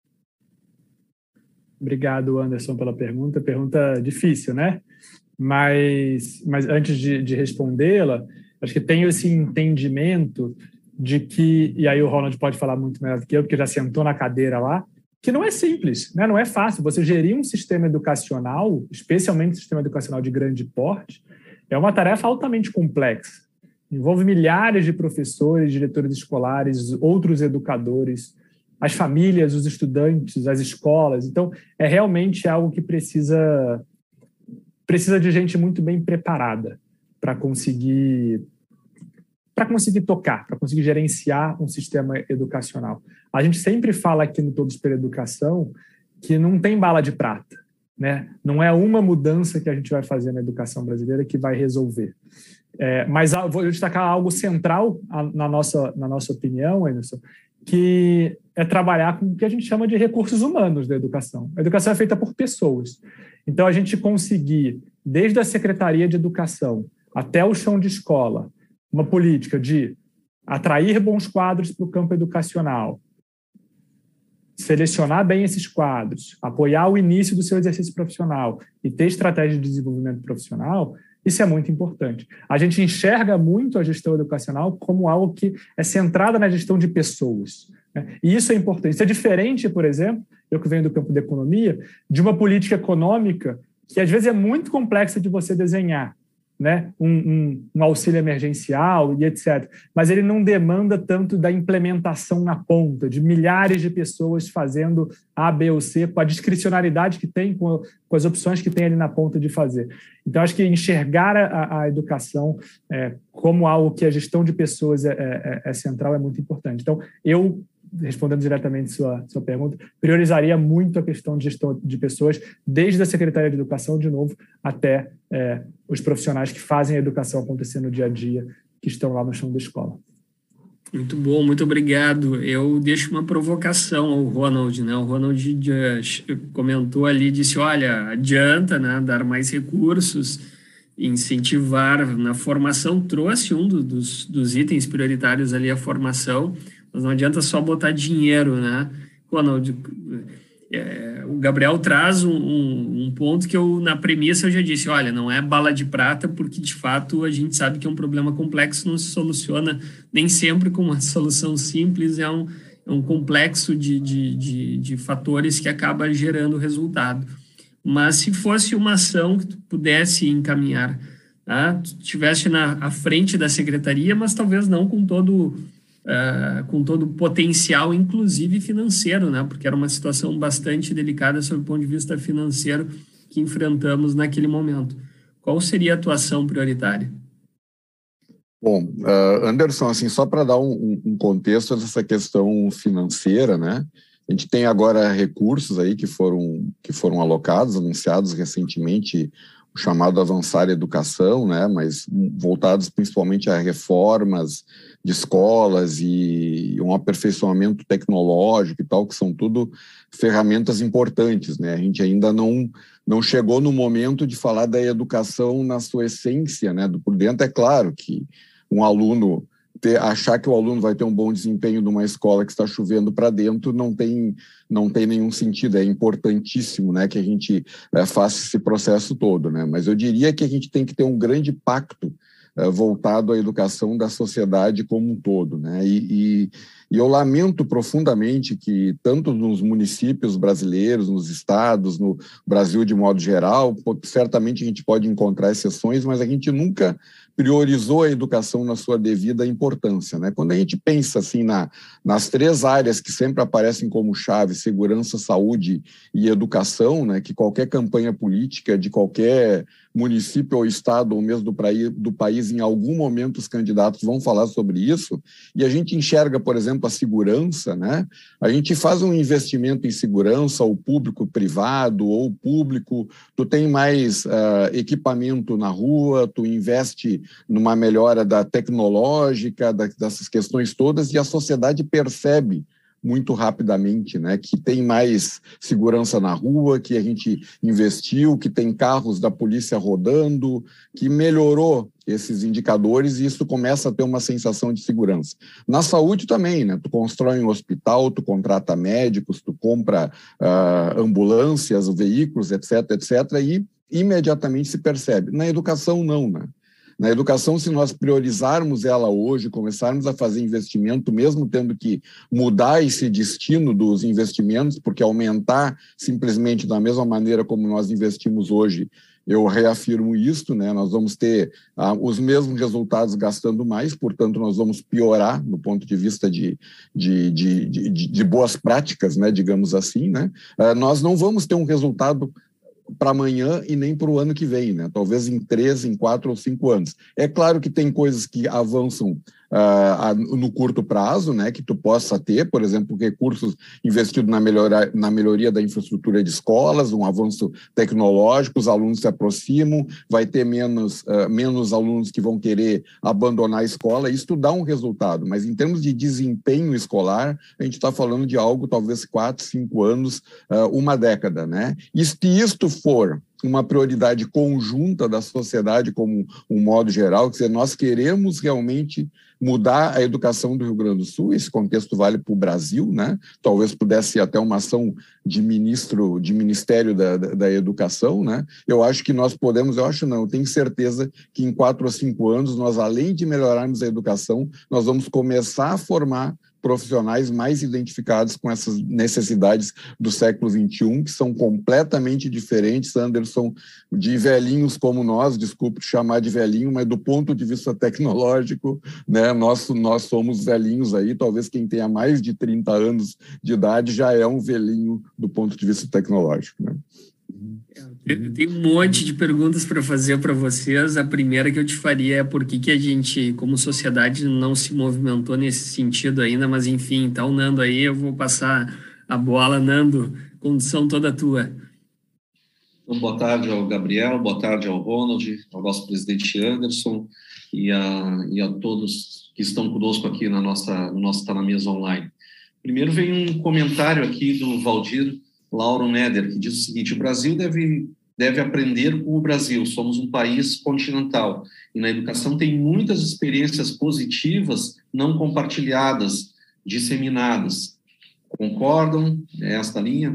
Obrigado, Anderson, pela pergunta. Pergunta difícil, né? Mas, mas antes de, de respondê-la, acho que tenho esse entendimento de que, e aí o Ronald pode falar muito melhor do que eu, porque já sentou na cadeira lá, que não é simples, né? Não é fácil. Você gerir um sistema educacional, especialmente um sistema educacional de grande porte, é uma tarefa altamente complexa. Envolve milhares de professores, diretores escolares, outros educadores, as famílias, os estudantes, as escolas. Então, é realmente algo que precisa, precisa de gente muito bem preparada para conseguir, para conseguir tocar, para conseguir gerenciar um sistema educacional. A gente sempre fala aqui no Todos pela Educação que não tem bala de prata, né? Não é uma mudança que a gente vai fazer na educação brasileira que vai resolver. É, mas vou destacar algo central na nossa, na nossa opinião, Anderson, que é trabalhar com o que a gente chama de recursos humanos da educação. A educação é feita por pessoas. Então, a gente conseguir, desde a Secretaria de Educação até o chão de escola, uma política de atrair bons quadros para o campo educacional, selecionar bem esses quadros, apoiar o início do seu exercício profissional e ter estratégia de desenvolvimento profissional, isso é muito importante. A gente enxerga muito a gestão educacional como algo que é centrada na gestão de pessoas, né? E isso é importante. Isso é diferente, por exemplo, eu que venho do campo da economia, de uma política econômica que às vezes é muito complexa de você desenhar, né? um, um, um auxílio emergencial e etcétera. Mas ele não demanda tanto da implementação na ponta, de milhares de pessoas fazendo A, B ou C, com a discricionariedade que tem, com, a, com as opções que tem ali na ponta de fazer. Então, acho que enxergar a, a educação é, como algo que a gestão de pessoas é, é, é central é muito importante. Então, eu, respondendo diretamente sua, sua pergunta, priorizaria muito a questão de gestão de pessoas, desde a Secretaria de Educação, de novo, até é, os profissionais que fazem a educação acontecer no dia a dia, que estão lá no chão da escola. Muito bom, muito obrigado. Eu deixo uma provocação ao Ronald, né? O Ronald comentou ali, disse, olha, adianta, né, dar mais recursos, incentivar na formação, trouxe um do, dos, dos itens prioritários ali a formação, mas não adianta só botar dinheiro, né? Quando, é, o Gabriel traz um, um, um ponto que eu, na premissa, eu já disse, olha, não é bala de prata, porque de fato a gente sabe que é um problema complexo, não se soluciona nem sempre com uma solução simples, é um, é um complexo de, de, de, de fatores que acaba gerando resultado. Mas se fosse uma ação que tu pudesse encaminhar, tá? Tu estivesse na à frente da secretaria, mas talvez não com todo, uh, com todo o potencial, inclusive financeiro, né? Porque era uma situação bastante delicada sob o ponto de vista financeiro que enfrentamos naquele momento. Qual seria a tua ação prioritária? Bom, uh, Anderson, assim, só para dar um, um contexto dessa questão financeira, né? A gente tem agora recursos aí que foram, que foram alocados, anunciados recentemente, o chamado Avançar Educação, né, mas voltados principalmente a reformas de escolas e um aperfeiçoamento tecnológico e tal, que são tudo ferramentas importantes, né? A gente ainda não, não chegou no momento de falar da educação na sua essência, né? Por dentro, é claro que um aluno... Ter, achar que o aluno vai ter um bom desempenho numa escola que está chovendo para dentro não tem, não tem nenhum sentido. É importantíssimo, né, que a gente é, faça esse processo todo, né? Mas eu diria que a gente tem que ter um grande pacto é, voltado à educação da sociedade como um todo, né? E, e, e eu lamento profundamente que tanto nos municípios brasileiros, nos estados, no Brasil de modo geral, certamente a gente pode encontrar exceções, mas a gente nunca priorizou a educação na sua devida importância, né? Quando a gente pensa assim na, nas três áreas que sempre aparecem como chave, segurança, saúde e educação, né? Que qualquer campanha política de qualquer município ou estado ou mesmo do, praí, do país, em algum momento os candidatos vão falar sobre isso, e a gente enxerga, por exemplo, a segurança, né? A gente faz um investimento em segurança, ou público privado, ou público, tu tem mais uh, equipamento na rua, tu investe numa melhora da tecnológica, da, dessas questões todas, e a sociedade percebe muito rapidamente, né, que tem mais segurança na rua, que a gente investiu, que tem carros da polícia rodando, que melhorou esses indicadores e isso começa a ter uma sensação de segurança. Na saúde também, né, tu constrói um hospital, tu contrata médicos, tu compra uh, ambulâncias, veículos, etc, etc, e imediatamente se percebe. Na educação, não, né? Na educação, se nós priorizarmos ela hoje, começarmos a fazer investimento, mesmo tendo que mudar esse destino dos investimentos, porque aumentar simplesmente da mesma maneira como nós investimos hoje, eu reafirmo isso, né? Nós vamos ter ah, os mesmos resultados gastando mais, portanto, nós vamos piorar do ponto de vista de, de, de, de, de boas práticas, né? Digamos assim, né? Ah, nós não vamos ter um resultado para amanhã e nem para o ano que vem, né? Talvez em três, em quatro ou cinco anos. É claro que tem coisas que avançam uh, no curto prazo, né? Que tu possa ter, por exemplo, recursos investidos na, melhora, na melhoria da infraestrutura de escolas, um avanço tecnológico, os alunos se aproximam, vai ter menos, uh, menos alunos que vão querer abandonar a escola, isso dá um resultado, mas em termos de desempenho escolar, a gente está falando de algo talvez quatro, cinco anos, uh, uma década, né? E se isto for uma prioridade conjunta da sociedade como um modo geral, quer dizer, nós queremos realmente mudar a educação do Rio Grande do Sul, esse contexto vale para o Brasil, né? Talvez pudesse ser até uma ação de ministro, de Ministério da, da, da Educação, né? Eu acho que nós podemos, eu acho não, eu tenho certeza que em quatro ou cinco anos, nós, além de melhorarmos a educação, nós vamos começar a formar profissionais mais identificados com essas necessidades do século vinte e um, que são completamente diferentes, Anderson, de velhinhos como nós, desculpe te chamar de velhinho, mas do ponto de vista tecnológico, né, nós, nós somos velhinhos aí, talvez quem tenha mais de trinta anos de idade já é um velhinho do ponto de vista tecnológico, né? Eu tenho um monte de perguntas para fazer para vocês. A primeira que eu te faria é por que, que a gente, como sociedade, não se movimentou nesse sentido ainda, mas enfim, tá o Nando aí, eu vou passar a bola. Nando, condição toda tua. Então, boa tarde ao Gabriel, boa tarde ao Ronald, ao nosso presidente Anderson e a, e a todos que estão conosco aqui na nossa, no nosso Tá na Mesa Online. Primeiro vem um comentário aqui do Valdir Lauro Neder, que diz o seguinte: o Brasil deve deve aprender com o Brasil. Somos um país continental e na educação tem muitas experiências positivas não compartilhadas, disseminadas. Concordam? É esta linha?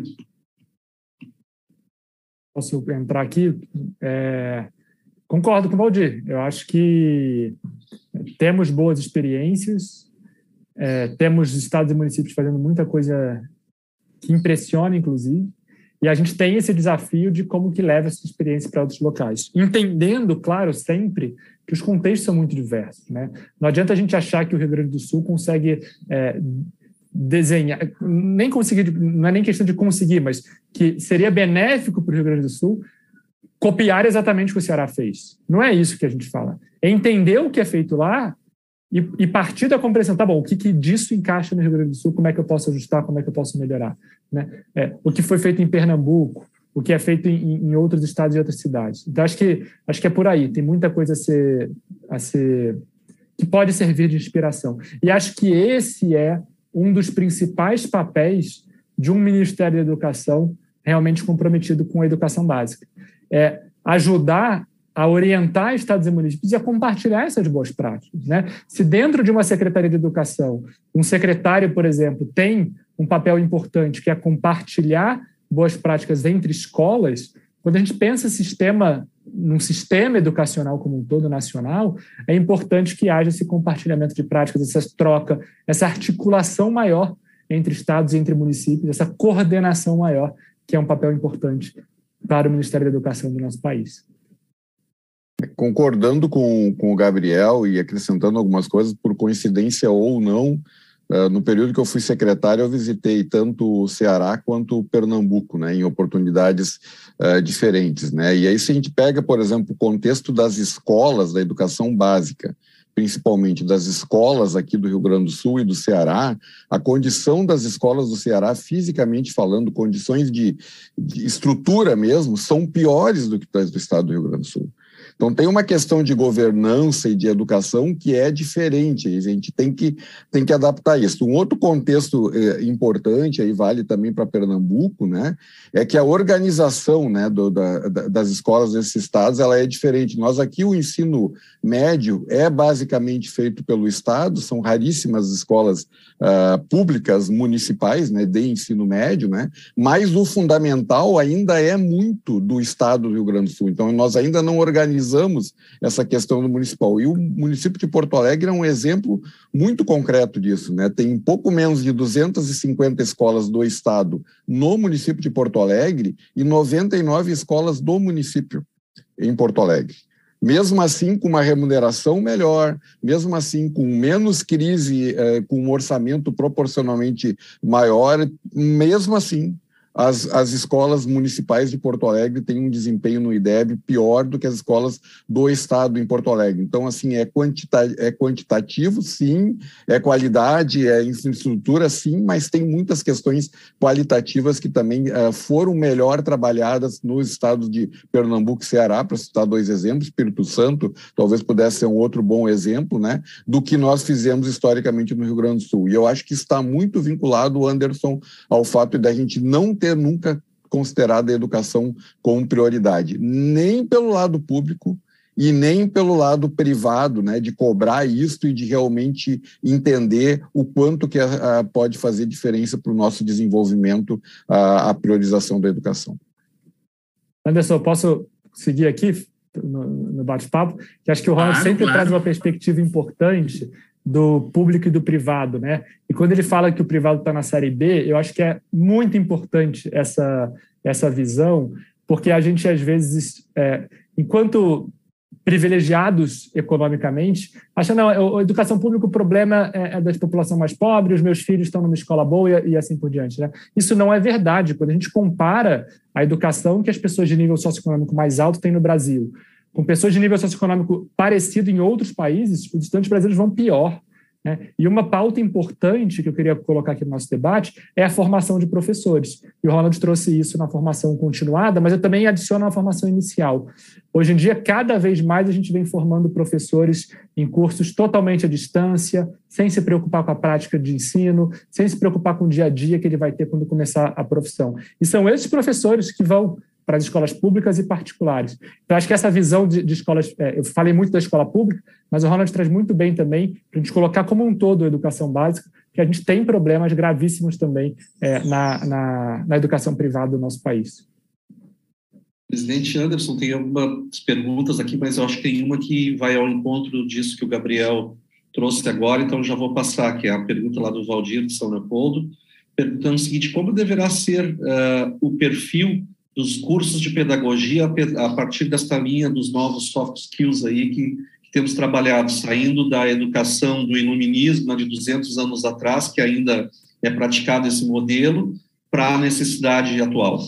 Posso entrar aqui? É, concordo com o Valdir. Eu acho que temos boas experiências, é, temos estados e municípios fazendo muita coisa que impressiona, inclusive, e a gente tem esse desafio de como que leva essa experiência para outros locais. Entendendo, claro, sempre que os contextos são muito diversos, né? Não adianta a gente achar que o Rio Grande do Sul consegue é, desenhar, nem conseguir, não é nem questão de conseguir, mas que seria benéfico para o Rio Grande do Sul copiar exatamente o que o Ceará fez. Não é isso que a gente fala. É entender o que é feito lá e, e partir da compreensão, tá bom, o que, que disso encaixa no Rio Grande do Sul, como é que eu posso ajustar, como é que eu posso melhorar, né? É, o que foi feito em Pernambuco, o que é feito em, em outros estados e outras cidades. Então, acho que, acho que é por aí. Tem muita coisa a ser, a ser... que pode servir de inspiração. E acho que esse é um dos principais papéis de um Ministério da Educação realmente comprometido com a educação básica. É ajudar a orientar estados e municípios e a compartilhar essas boas práticas, né? Se dentro de uma Secretaria de Educação, um secretário, por exemplo, tem um papel importante que é compartilhar boas práticas entre escolas, quando a gente pensa sistema, num sistema educacional como um todo, nacional, é importante que haja esse compartilhamento de práticas, essa troca, essa articulação maior entre estados e entre municípios, essa coordenação maior, que é um papel importante para o Ministério da Educação do nosso país. Concordando com, com o Gabriel e acrescentando algumas coisas, por coincidência ou não, Uh, no período que eu fui secretário, eu visitei tanto o Ceará quanto o Pernambuco, né, em oportunidades uh, diferentes, né? E aí, se a gente pega, por exemplo, o contexto das escolas, da educação básica, principalmente das escolas aqui do Rio Grande do Sul e do Ceará, a condição das escolas do Ceará, fisicamente falando, condições de, de estrutura mesmo, são piores do que das do estado do Rio Grande do Sul. Então, tem uma questão de governança e de educação que é diferente, a gente tem que, tem que adaptar isso. Um outro contexto eh, importante, aí vale também para Pernambuco, né, é que a organização, né, do, da, das escolas desses estados ela é diferente. Nós aqui, o ensino médio é basicamente feito pelo Estado, são raríssimas escolas uh, públicas municipais, né, de ensino médio, né, mas o fundamental ainda é muito do Estado do Rio Grande do Sul. Então, nós ainda não organizamos essa questão do municipal. E o município de Porto Alegre é um exemplo muito concreto disso, né? Tem pouco menos de duzentas e cinquenta escolas do estado no município de Porto Alegre e noventa e nove escolas do município em Porto Alegre. Mesmo assim, com uma remuneração melhor, mesmo assim, com menos crise, eh, com um orçamento proporcionalmente maior, mesmo assim, As, as escolas municipais de Porto Alegre têm um desempenho no I D E B pior do que as escolas do estado em Porto Alegre. Então, assim, é, quantita, é quantitativo, sim, é qualidade, é infraestrutura, sim, mas tem muitas questões qualitativas que também uh, foram melhor trabalhadas nos estados de Pernambuco e Ceará, para citar dois exemplos. Espírito Santo talvez pudesse ser um outro bom exemplo, né, do que nós fizemos historicamente no Rio Grande do Sul. E eu acho que está muito vinculado, Anderson, ao fato de a gente não ter nunca considerado a educação como prioridade, nem pelo lado público e nem pelo lado privado, né, de cobrar isso e de realmente entender o quanto que a, a, pode fazer diferença para o nosso desenvolvimento a, a priorização da educação. Anderson, posso seguir aqui no, no bate-papo? Que acho que o Ronald claro, sempre claro. traz uma perspectiva importante do público e do privado, né? E quando ele fala que o privado está na série B, eu acho que é muito importante essa, essa visão, porque a gente, às vezes, é, enquanto privilegiados economicamente, acha, não, a educação pública, o problema é, é da população mais pobre, os meus filhos estão numa escola boa e, e assim por diante, né? Isso não é verdade. Quando a gente compara a educação que as pessoas de nível socioeconômico mais alto têm no Brasil, com pessoas de nível socioeconômico parecido em outros países, os estudantes brasileiros vão pior, né? E uma pauta importante que eu queria colocar aqui no nosso debate é a formação de professores. E o Ronald trouxe isso na formação continuada, mas eu também adiciono na formação inicial. Hoje em dia, cada vez mais a gente vem formando professores em cursos totalmente à distância, sem se preocupar com a prática de ensino, sem se preocupar com o dia a dia que ele vai ter quando começar a profissão. E são esses professores que vão para as escolas públicas e particulares. Então, acho que essa visão de, de escolas... É, eu falei muito da escola pública, mas o Ronald traz muito bem também para a gente colocar como um todo a educação básica, que a gente tem problemas gravíssimos também é, na, na, na educação privada do nosso país. Presidente Anderson, tem algumas perguntas aqui, mas eu acho que tem uma que vai ao encontro disso que o Gabriel trouxe agora, então já vou passar, que é a pergunta lá do Valdir de São Leopoldo, perguntando o seguinte: como deverá ser uh, o perfil dos cursos de pedagogia a partir desta linha dos novos soft skills aí que, que temos trabalhado, saindo da educação do iluminismo, né, de duzentos anos atrás, que ainda é praticado esse modelo, para a necessidade atual?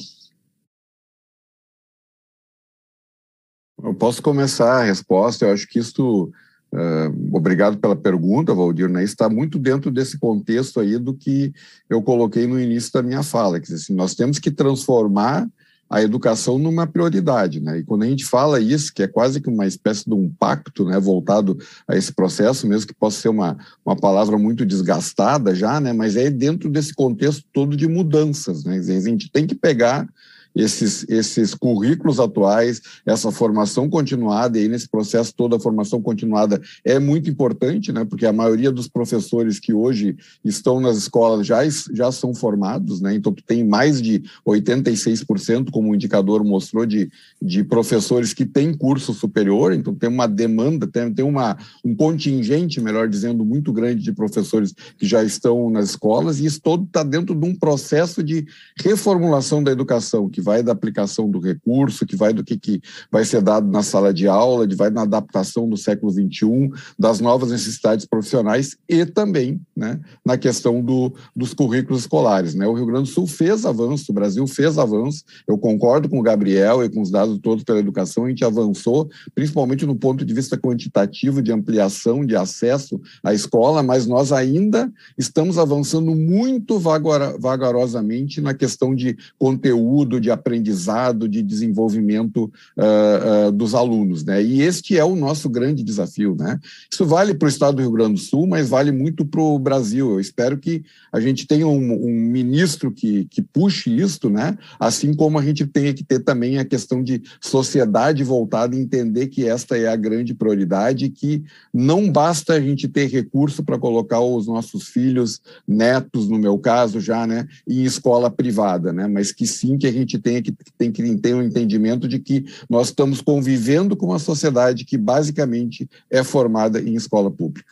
Eu posso começar a resposta. Eu acho que isso... Uh, obrigado pela pergunta, Valdir, né? Está muito dentro desse contexto aí do que eu coloquei no início da minha fala, quer dizer, assim, nós temos que transformar a educação numa prioridade, né? E quando a gente fala isso, que é quase que uma espécie de um pacto, né, voltado a esse processo, mesmo que possa ser uma, uma palavra muito desgastada já, né, mas é dentro desse contexto todo de mudanças, né? Quer dizer, a gente tem que pegar Esses, esses currículos atuais, essa formação continuada, e aí nesse processo toda a formação continuada é muito importante, né, porque a maioria dos professores que hoje estão nas escolas já, já são formados, né, então tu tem mais de oitenta e seis por cento, como o indicador mostrou, de, de professores que têm curso superior, então tem uma demanda, tem, tem uma, um contingente, melhor dizendo, muito grande de professores que já estão nas escolas, e isso todo está dentro de um processo de reformulação da educação, que vai da aplicação do recurso, que vai do que, que vai ser dado na sala de aula, de vai na adaptação do século vinte e um, das novas necessidades profissionais e também, né, na questão do, dos currículos escolares, né? O Rio Grande do Sul fez avanço, o Brasil fez avanço, eu concordo com o Gabriel e com os dados todos pela educação, a gente avançou, principalmente no ponto de vista quantitativo, de ampliação, de acesso à escola, mas nós ainda estamos avançando muito vagarosamente na questão de conteúdo, de aprendizado, de desenvolvimento uh, uh, dos alunos, né? E este é o nosso grande desafio, né? Isso vale para o estado do Rio Grande do Sul, mas vale muito para o Brasil. Eu espero que a gente tenha um, um ministro que, que puxe isto, né? Assim como a gente tenha que ter também a questão de sociedade voltada a entender que esta é a grande prioridade, que não basta a gente ter recurso para colocar os nossos filhos, netos, no meu caso já, né, em escola privada, né? Mas que sim, que a gente tem que, tem que ter um entendimento de que nós estamos convivendo com uma sociedade que basicamente é formada em escola pública.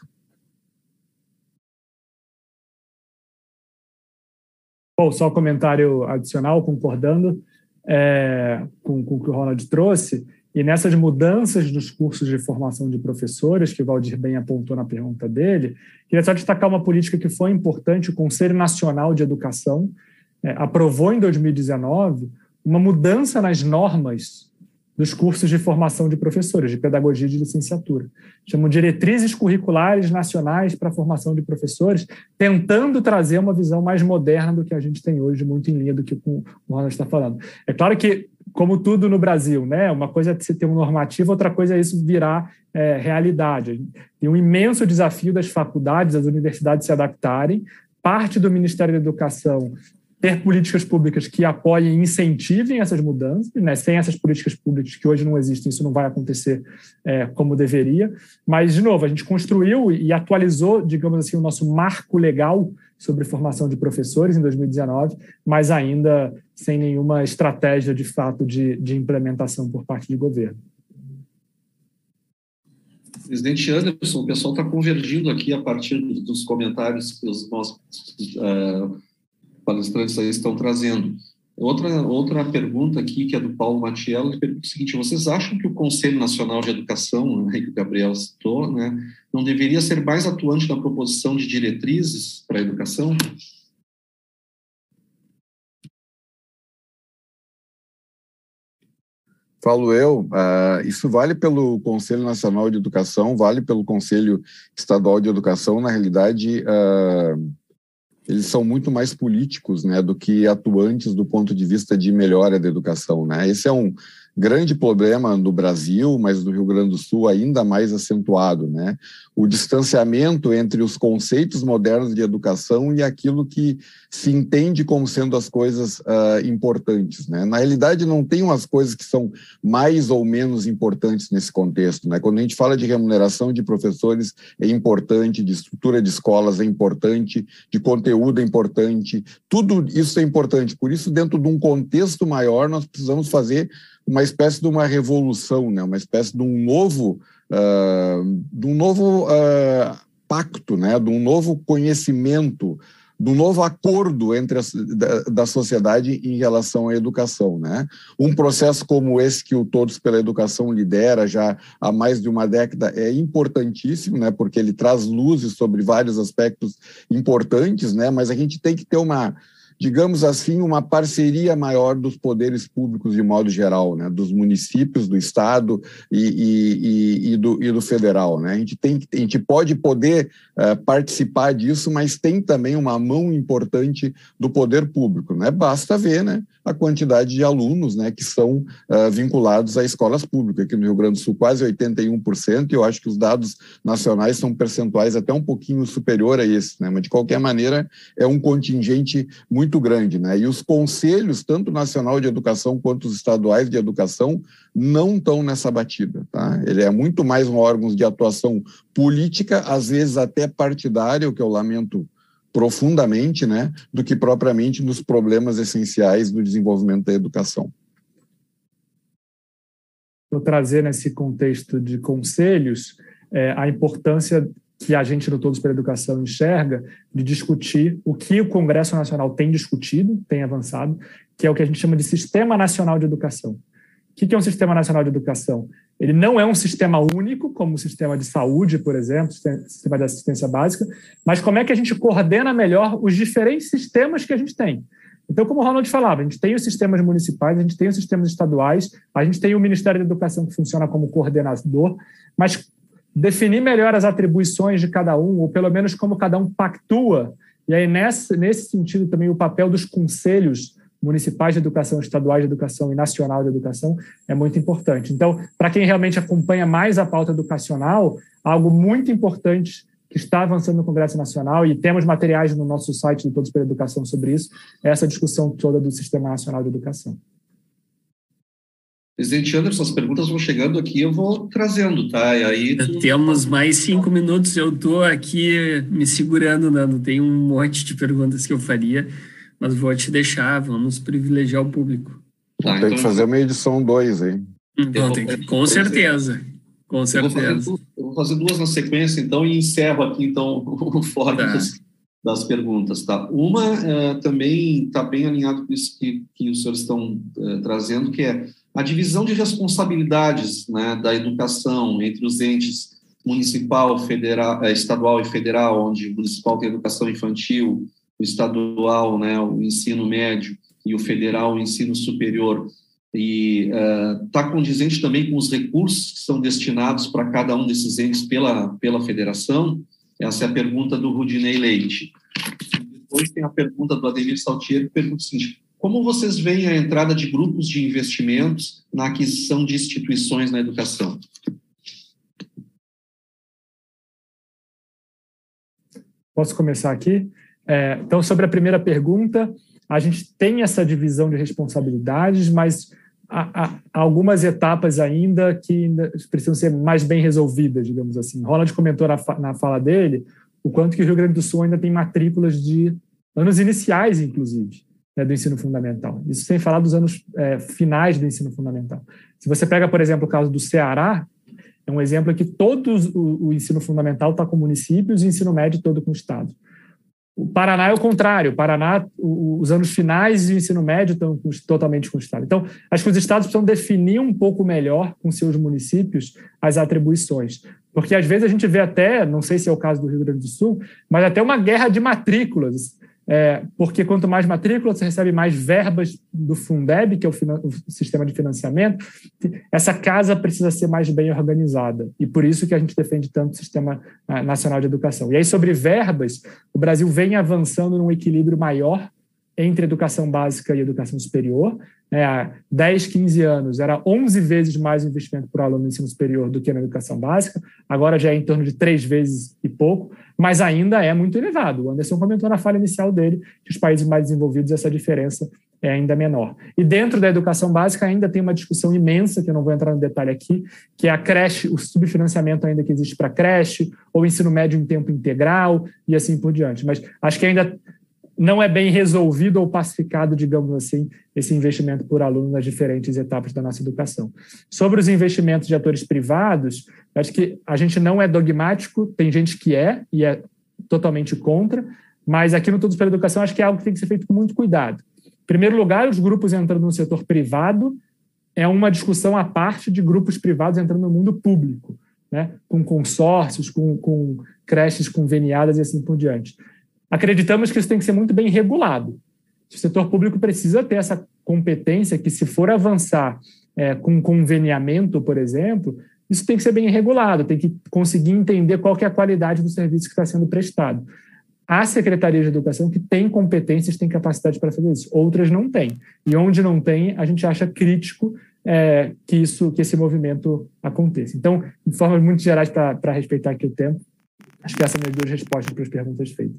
Bom, só um comentário adicional, concordando é, com, com o que o Ronald trouxe, e nessas mudanças dos cursos de formação de professores, que o Valdir bem apontou na pergunta dele, queria só destacar uma política que foi importante. O Conselho Nacional de Educação é, aprovou em dois mil e dezenove uma mudança nas normas dos cursos de formação de professores, de pedagogia e de licenciatura. Chamam diretrizes curriculares nacionais para a formação de professores, tentando trazer uma visão mais moderna do que a gente tem hoje, muito em linha do que o Ronald está falando. É claro que, como tudo no Brasil, né, uma coisa é você ter um normativo, outra coisa é isso virar é, realidade. Tem um imenso desafio das faculdades, das universidades se adaptarem, parte do Ministério da Educação ter políticas públicas que apoiem e incentivem essas mudanças, né? Sem essas políticas públicas que hoje não existem, isso não vai acontecer é, como deveria. Mas, de novo, a gente construiu e atualizou, digamos assim, o nosso marco legal sobre formação de professores em dois mil e dezenove, mas ainda sem nenhuma estratégia, de fato, de, de implementação por parte do governo. Presidente Anderson, o pessoal está convergindo aqui a partir dos comentários que os nossos uh, palestrantes aí estão trazendo. Outra, outra pergunta aqui, que é do Paulo Matiello, ele pergunta o seguinte: vocês acham que o Conselho Nacional de Educação, né, que o Gabriel citou, né, não deveria ser mais atuante na proposição de diretrizes para a educação? Falo eu, uh, isso vale pelo Conselho Nacional de Educação, vale pelo Conselho Estadual de Educação. Na realidade, uh, eles são muito mais políticos, né, do que atuantes do ponto de vista de melhora da educação, né? Esse é um, grande problema no Brasil, mas no Rio Grande do Sul ainda mais acentuado, né? O distanciamento entre os conceitos modernos de educação e aquilo que se entende como sendo as coisas uh, importantes, né? Na realidade, não tem umas coisas que são mais ou menos importantes nesse contexto, né? Quando a gente fala de remuneração de professores, é importante, de estrutura de escolas é importante, de conteúdo é importante, tudo isso é importante. Por isso, dentro de um contexto maior, nós precisamos fazer uma espécie de uma revolução, né? Uma espécie de um novo, uh, de um novo uh, pacto, né? De um novo conhecimento, de um novo acordo entre a, da, da sociedade em relação à educação, né? Um processo como esse que o Todos pela Educação lidera já há mais de uma década é importantíssimo, né? Porque ele traz luzes sobre vários aspectos importantes, né? Mas a gente tem que ter uma, digamos assim, uma parceria maior dos poderes públicos de modo geral, né? Dos municípios, do Estado e, e, e, do, e do federal, né? A gente, tem, a gente pode poder uh, participar disso, mas tem também uma mão importante do poder público, né? Basta ver, né, a quantidade de alunos, né, que são uh, vinculados a escolas públicas. Aqui no Rio Grande do Sul, quase oitenta e um por cento, e eu acho que os dados nacionais são percentuais até um pouquinho superior a esse, né? Mas, de qualquer maneira, é um contingente muito muito grande, né? E os conselhos, tanto nacional de educação quanto os estaduais de educação, não estão nessa batida, tá? Ele é muito mais um órgão de atuação política, às vezes até partidária, o que eu lamento profundamente, né? Do que propriamente nos problemas essenciais do desenvolvimento da educação. Vou trazer nesse contexto de conselhos é, a importância que a gente no Todos pela Educação enxerga de discutir o que o Congresso Nacional tem discutido, tem avançado, que é o que a gente chama de Sistema Nacional de Educação. O que é um Sistema Nacional de Educação? Ele não é um sistema único, como o sistema de saúde, por exemplo, o sistema de assistência básica, mas como é que a gente coordena melhor os diferentes sistemas que a gente tem. Então, como o Ronald falava, a gente tem os sistemas municipais, a gente tem os sistemas estaduais, a gente tem o Ministério da Educação que funciona como coordenador, mas definir melhor as atribuições de cada um, ou pelo menos como cada um pactua, e aí nesse, nesse sentido também o papel dos conselhos municipais de educação, estaduais de educação e nacional de educação é muito importante. Então, para quem realmente acompanha mais a pauta educacional, algo muito importante que está avançando no Congresso Nacional, e temos materiais no nosso site do Todos pela Educação sobre isso, é essa discussão toda do Sistema Nacional de Educação. Presidente Anderson, as perguntas vão chegando aqui, eu vou trazendo, tá? E aí tu... Temos mais cinco minutos, eu estou aqui me segurando, né? Não tem um monte de perguntas que eu faria, mas vou te deixar, vamos privilegiar o público. Tá, tem então... que fazer uma edição dois aí. Então, tem que, com certeza, com certeza. Eu vou, fazer, eu vou fazer duas na sequência, então, e encerro aqui, então, o fórum tá. das, das perguntas, tá? Uma uh, também está bem alinhado com isso que, que os senhores estão uh, trazendo, que é a divisão de responsabilidades, né, da educação entre os entes municipal, federal, estadual e federal, onde o municipal tem a educação infantil, o estadual, né, o ensino médio, e o federal, o ensino superior. E está uh, condizente também com os recursos que são destinados para cada um desses entes pela, pela federação? Essa é a pergunta do Rudinei Leite. Depois tem a pergunta do Ademir Saltier, que pergunta o seguinte: como vocês veem a entrada de grupos de investimentos na aquisição de instituições na educação? Posso começar aqui? É, então, sobre a primeira pergunta, a gente tem essa divisão de responsabilidades, mas há, há algumas etapas ainda que ainda precisam ser mais bem resolvidas, digamos assim. Ronald comentou na, na fala dele o quanto que o Rio Grande do Sul ainda tem matrículas de anos iniciais, inclusive, né, do ensino fundamental. Isso sem falar dos anos é, finais do ensino fundamental. Se você pega, por exemplo, o caso do Ceará, é um exemplo que todo o, o ensino fundamental está com municípios e o ensino médio todo com o Estado. O Paraná é o contrário. O Paraná, os anos finais e o ensino médio estão totalmente com o Estado. Então, acho que os estados precisam definir um pouco melhor com seus municípios as atribuições. Porque, às vezes, a gente vê até, não sei se é o caso do Rio Grande do Sul, mas até uma guerra de matrículas. É, porque quanto mais matrícula, você recebe mais verbas do Fundeb, que é o, o sistema de financiamento. Essa casa precisa ser mais bem organizada. E por isso que a gente defende tanto o Sistema Nacional de Educação. E aí, sobre verbas, o Brasil vem avançando num equilíbrio maior entre educação básica e educação superior. né, há dez, quinze anos, era onze vezes mais investimento por aluno no ensino superior do que na educação básica, agora já é em torno de três vezes e pouco, mas ainda é muito elevado. O Anderson comentou na fala inicial dele que os países mais desenvolvidos essa diferença é ainda menor. E dentro da educação básica ainda tem uma discussão imensa, que eu não vou entrar no detalhe aqui, que é a creche, o subfinanciamento ainda que existe para creche, ou ensino médio em tempo integral, e assim por diante. Mas acho que ainda não é bem resolvido ou pacificado, digamos assim, esse investimento por aluno nas diferentes etapas da nossa educação. Sobre os investimentos de atores privados, acho que a gente não é dogmático, tem gente que é, e é totalmente contra, mas aqui no Todos pela Educação acho que é algo que tem que ser feito com muito cuidado. Em primeiro lugar, os grupos entrando no setor privado é uma discussão à parte de grupos privados entrando no mundo público, né? Com consórcios, com, com creches conveniadas e assim por diante. Acreditamos que isso tem que ser muito bem regulado. O setor público precisa ter essa competência que, se for avançar é, com conveniamento, por exemplo, isso tem que ser bem regulado, tem que conseguir entender qual que é a qualidade do serviço que está sendo prestado. Há secretarias de educação que têm competências, têm capacidade para fazer isso. Outras não têm. E onde não tem, a gente acha crítico é, que, isso, que esse movimento aconteça. Então, de formas muito gerais, para respeitar aqui o tempo, acho que essas são as duas respostas para as perguntas feitas.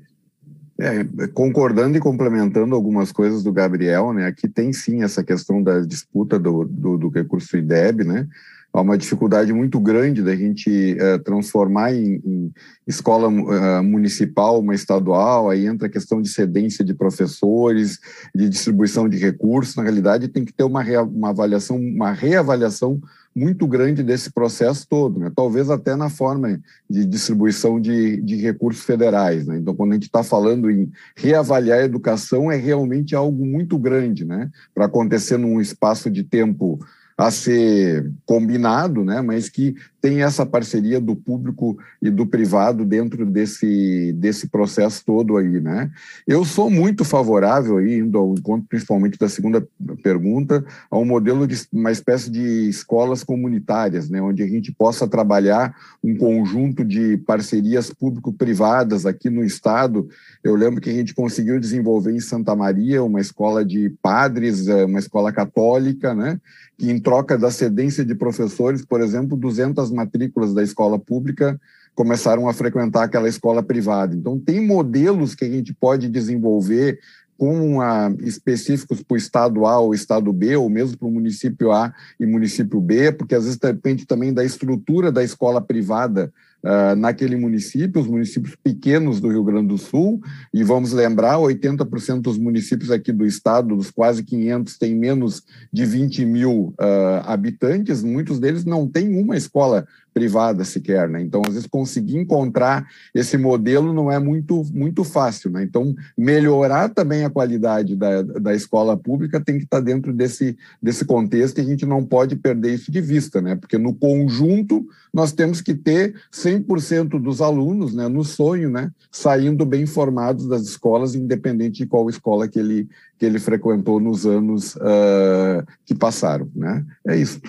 É, concordando e complementando algumas coisas do Gabriel, né, aqui tem sim essa questão da disputa do, do, do recurso I D E B, né? Há uma dificuldade muito grande da gente uh, transformar em, em escola uh, municipal uma estadual, aí entra a questão de cedência de professores, de distribuição de recursos. Na realidade, tem que ter uma, rea, uma avaliação, uma reavaliação muito grande desse processo todo, né? Talvez até na forma de distribuição de, de recursos federais, né? Então, quando a gente está falando em reavaliar a educação, é realmente algo muito grande, né? Para acontecer num espaço de tempo a ser combinado, né, mas que tem essa parceria do público e do privado dentro desse, desse processo todo aí, né. Eu sou muito favorável, aí, indo ao encontro principalmente da segunda pergunta, a um modelo de uma espécie de escolas comunitárias, né, onde a gente possa trabalhar um conjunto de parcerias público-privadas aqui no estado. Eu lembro que a gente conseguiu desenvolver em Santa Maria uma escola de padres, uma escola católica, né, que em troca da cedência de professores, por exemplo, duzentas matrículas da escola pública começaram a frequentar aquela escola privada. Então, tem modelos que a gente pode desenvolver com a, específicos para o estado A ou estado B, ou mesmo para o município A e município B, porque às vezes depende também da estrutura da escola privada Uh, naquele município, os municípios pequenos do Rio Grande do Sul, e vamos lembrar, oitenta por cento dos municípios aqui do estado, dos quase quinhentos, têm menos de vinte mil uh, habitantes, muitos deles não têm uma escola privada sequer, né? Então, às vezes, conseguir encontrar esse modelo não é muito, muito fácil, né? Então, melhorar também a qualidade da, da escola pública tem que estar dentro desse, desse contexto, e a gente não pode perder isso de vista, né? Porque no conjunto nós temos que ter cem por cento dos alunos, né, no sonho, né, saindo bem formados das escolas, independente de qual escola que ele, que ele frequentou nos anos uh, que passaram, né? É isso.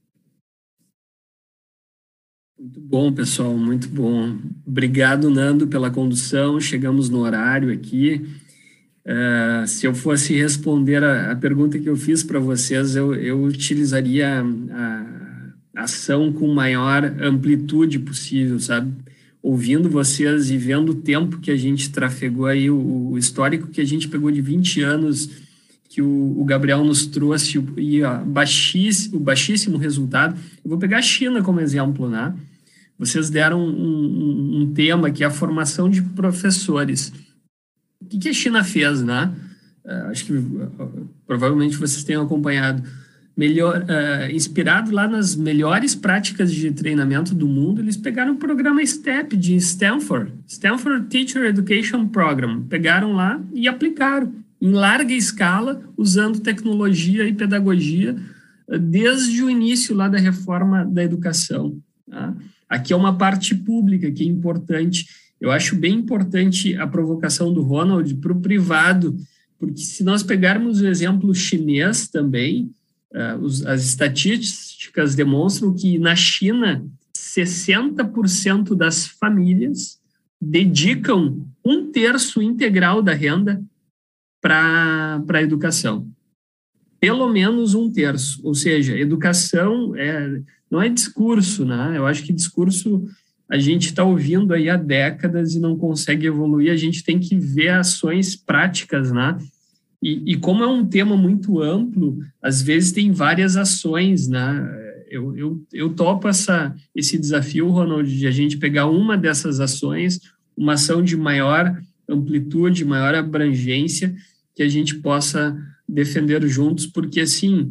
Muito bom, pessoal, muito bom. Obrigado, Nando, pela condução. Chegamos no horário aqui. Uh, se eu fosse responder a, a pergunta que eu fiz para vocês, eu, eu utilizaria a, a ação com maior amplitude possível, sabe? Ouvindo vocês e vendo o tempo que a gente trafegou aí, o, o histórico que a gente pegou de vinte anos, que o, o Gabriel nos trouxe, e ó, baixíssimo, o baixíssimo resultado. Eu vou pegar a China como exemplo, né? Vocês deram um, um, um tema que é a formação de professores. O que, que a China fez, né? Uh, acho que uh, provavelmente vocês tenham acompanhado. Melhor, uh, inspirado lá nas melhores práticas de treinamento do mundo, eles pegaram o programa STEP de Stanford, Stanford Teacher Education Program, pegaram lá e aplicaram em larga escala, usando tecnologia e pedagogia, uh, desde o início lá da reforma da educação. Tá? Aqui é uma parte pública que é importante. Eu acho bem importante a provocação do Ronald para o privado, porque se nós pegarmos o exemplo chinês também, Uh, os, as estatísticas demonstram que na China, sessenta por cento das famílias dedicam um terço integral da renda para a educação. pelo menos um terço. Ou seja, educação é, não é discurso, né? Eu acho que discurso a gente está ouvindo aí há décadas e não consegue evoluir, a gente tem que ver ações práticas, né? E, e como é um tema muito amplo, às vezes tem várias ações, né? Eu, eu, eu topo essa, esse desafio, Ronald, de a gente pegar uma dessas ações, uma ação de maior amplitude, maior abrangência, que a gente possa defender juntos, porque, assim,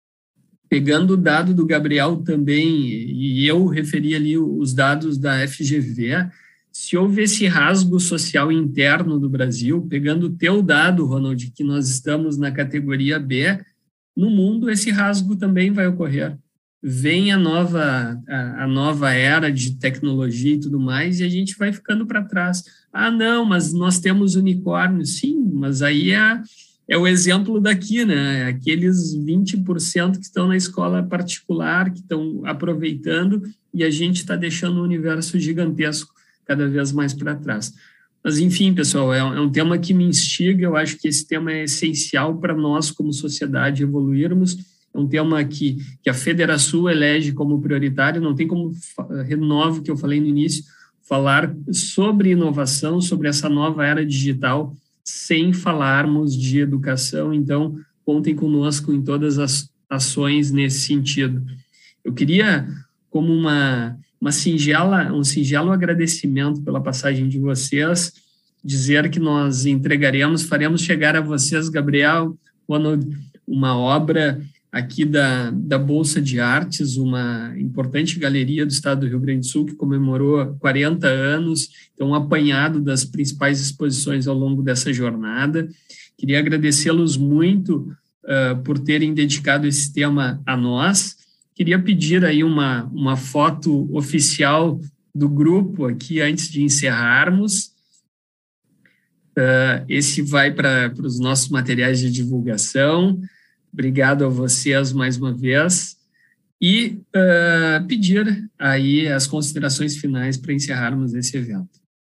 pegando o dado do Gabriel também, e eu referi ali os dados da F G V, se houve esse rasgo social interno do Brasil, pegando o teu dado, Ronald, que nós estamos na categoria B, no mundo esse rasgo também vai ocorrer. Vem a nova, a, a nova era de tecnologia e tudo mais, e a gente vai ficando para trás. Ah, não, mas nós temos unicórnios. Sim, mas aí é, é o exemplo daqui, né? Aqueles vinte por cento que estão na escola particular, que estão aproveitando, e a gente está deixando um universo gigantesco cada vez mais para trás. Mas, enfim, pessoal, é, é um tema que me instiga, eu acho que esse tema é essencial para nós, como sociedade, evoluirmos. É um tema que, que a Federação elege como prioritário, não tem como, renovo o que eu falei no início, falar sobre inovação, sobre essa nova era digital, sem falarmos de educação. Então, contem conosco em todas as ações nesse sentido. Eu queria, como uma, uma singela, um singelo agradecimento pela passagem de vocês, dizer que nós entregaremos, faremos chegar a vocês, Gabriel, Ronald, uma obra aqui da, da Bolsa de Artes, uma importante galeria do estado do Rio Grande do Sul, que comemorou quarenta anos, então um apanhado das principais exposições ao longo dessa jornada. Queria agradecê-los muito uh, por terem dedicado esse tema a nós. Queria pedir aí uma, uma foto oficial do grupo aqui antes de encerrarmos. Uh, esse vai para os nossos materiais de divulgação. Obrigado a vocês mais uma vez e uh, pedir aí as considerações finais para encerrarmos esse evento.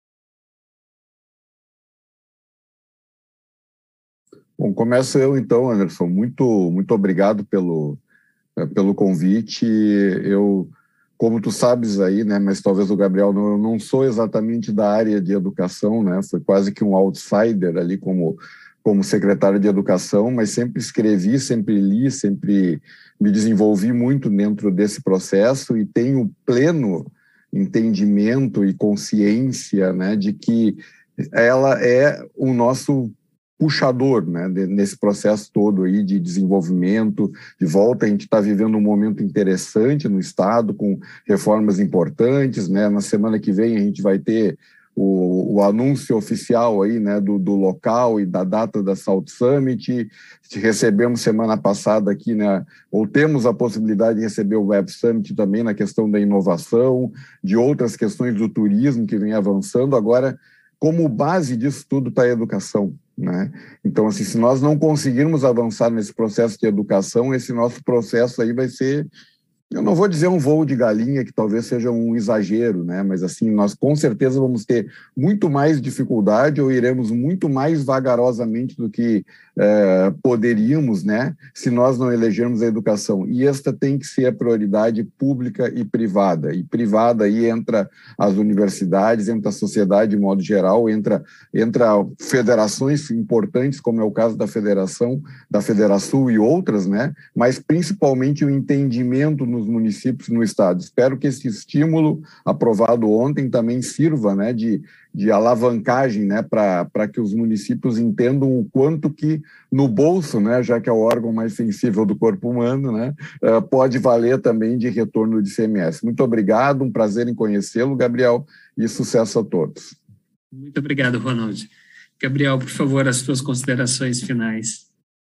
Bom, começo eu então, Anderson. Muito, muito obrigado pelo, pelo convite. Eu, como tu sabes aí, né, mas talvez o Gabriel não, eu não sou exatamente da área de educação, né, foi quase que um outsider ali como como secretário de Educação, mas sempre escrevi, sempre li, sempre me desenvolvi muito dentro desse processo e tenho pleno entendimento e consciência, né, de que ela é o nosso puxador, né, nesse processo todo aí de desenvolvimento, de volta. A gente está vivendo um momento interessante no Estado, com reformas importantes, né, na semana que vem a gente vai ter O, o anúncio oficial aí, né, do, do local e da data da South Summit. Recebemos semana passada aqui, né, ou temos a possibilidade de receber o Web Summit também na questão da inovação, de outras questões do turismo que vem avançando. Agora, como base disso tudo está a educação, né? Então, assim, se nós não conseguirmos avançar nesse processo de educação, esse nosso processo aí vai ser, eu não vou dizer um voo de galinha, que talvez seja um exagero, né? Mas assim, nós com certeza vamos ter muito mais dificuldade ou iremos muito mais vagarosamente do que é, poderíamos, né? Se nós não elegermos a educação. E esta tem que ser a prioridade pública e privada. E privada aí entra as universidades, entra a sociedade de modo geral, entra, entra federações importantes, como é o caso da Federação, da Federação e outras, né? Mas principalmente o entendimento nos municípios, no estado. Espero que esse estímulo aprovado ontem também sirva, né, de, de alavancagem, né, para que os municípios entendam o quanto que no bolso, né, já que é o órgão mais sensível do corpo humano, né, uh, pode valer também de retorno de I C M S. Muito obrigado, um prazer em conhecê-lo, Gabriel, e sucesso a todos. Muito obrigado, Ronald. Gabriel, por favor, as suas considerações finais.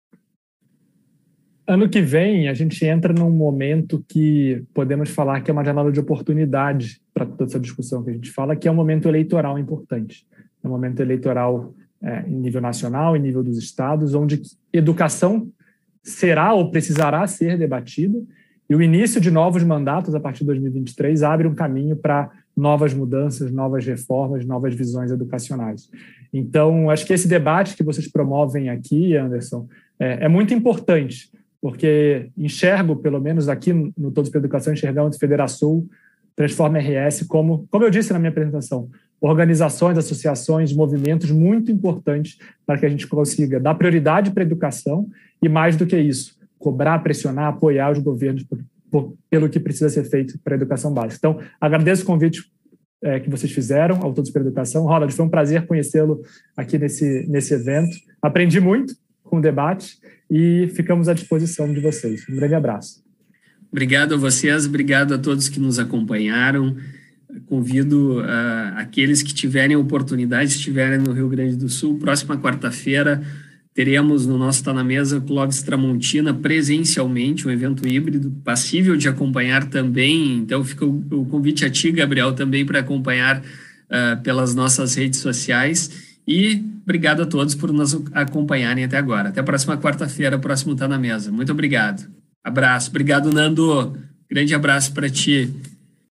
Ano que vem, a gente entra num momento que podemos falar que é uma janela de oportunidade para toda essa discussão que a gente fala, que é um momento eleitoral importante. É um momento eleitoral é, em nível nacional, em nível dos estados, onde educação será ou precisará ser debatida, e o início de novos mandatos, a partir de dois mil e vinte e três, abre um caminho para novas mudanças, novas reformas, novas visões educacionais. Então, acho que esse debate que vocês promovem aqui, Anderson, é, é muito importante, porque enxergo, pelo menos aqui no Todos pela Educação, enxergamos Federação, Transforma R S como, como eu disse na minha apresentação, organizações, associações, movimentos muito importantes para que a gente consiga dar prioridade para a educação e, mais do que isso, cobrar, pressionar, apoiar os governos por, por, pelo que precisa ser feito para a educação básica. Então, agradeço o convite é, que vocês fizeram ao Todos pela Educação. Ronald, foi um prazer conhecê-lo aqui nesse, nesse evento. Aprendi muito com o debate e ficamos à disposição de vocês. Um grande abraço. Obrigado a vocês, obrigado a todos que nos acompanharam. Convido uh, aqueles que tiverem oportunidade, estiverem no Rio Grande do Sul, próxima quarta-feira teremos no nosso Tá na Mesa Clóvis Tramontina presencialmente, um evento híbrido, passível de acompanhar também, então fica o, o convite a ti, Gabriel, também para acompanhar uh, pelas nossas redes sociais, e obrigado a todos por nos acompanharem até agora. Até a próxima quarta-feira, próximo Tá na Mesa. Muito obrigado. Abraço. Obrigado, Nando. Grande abraço para ti.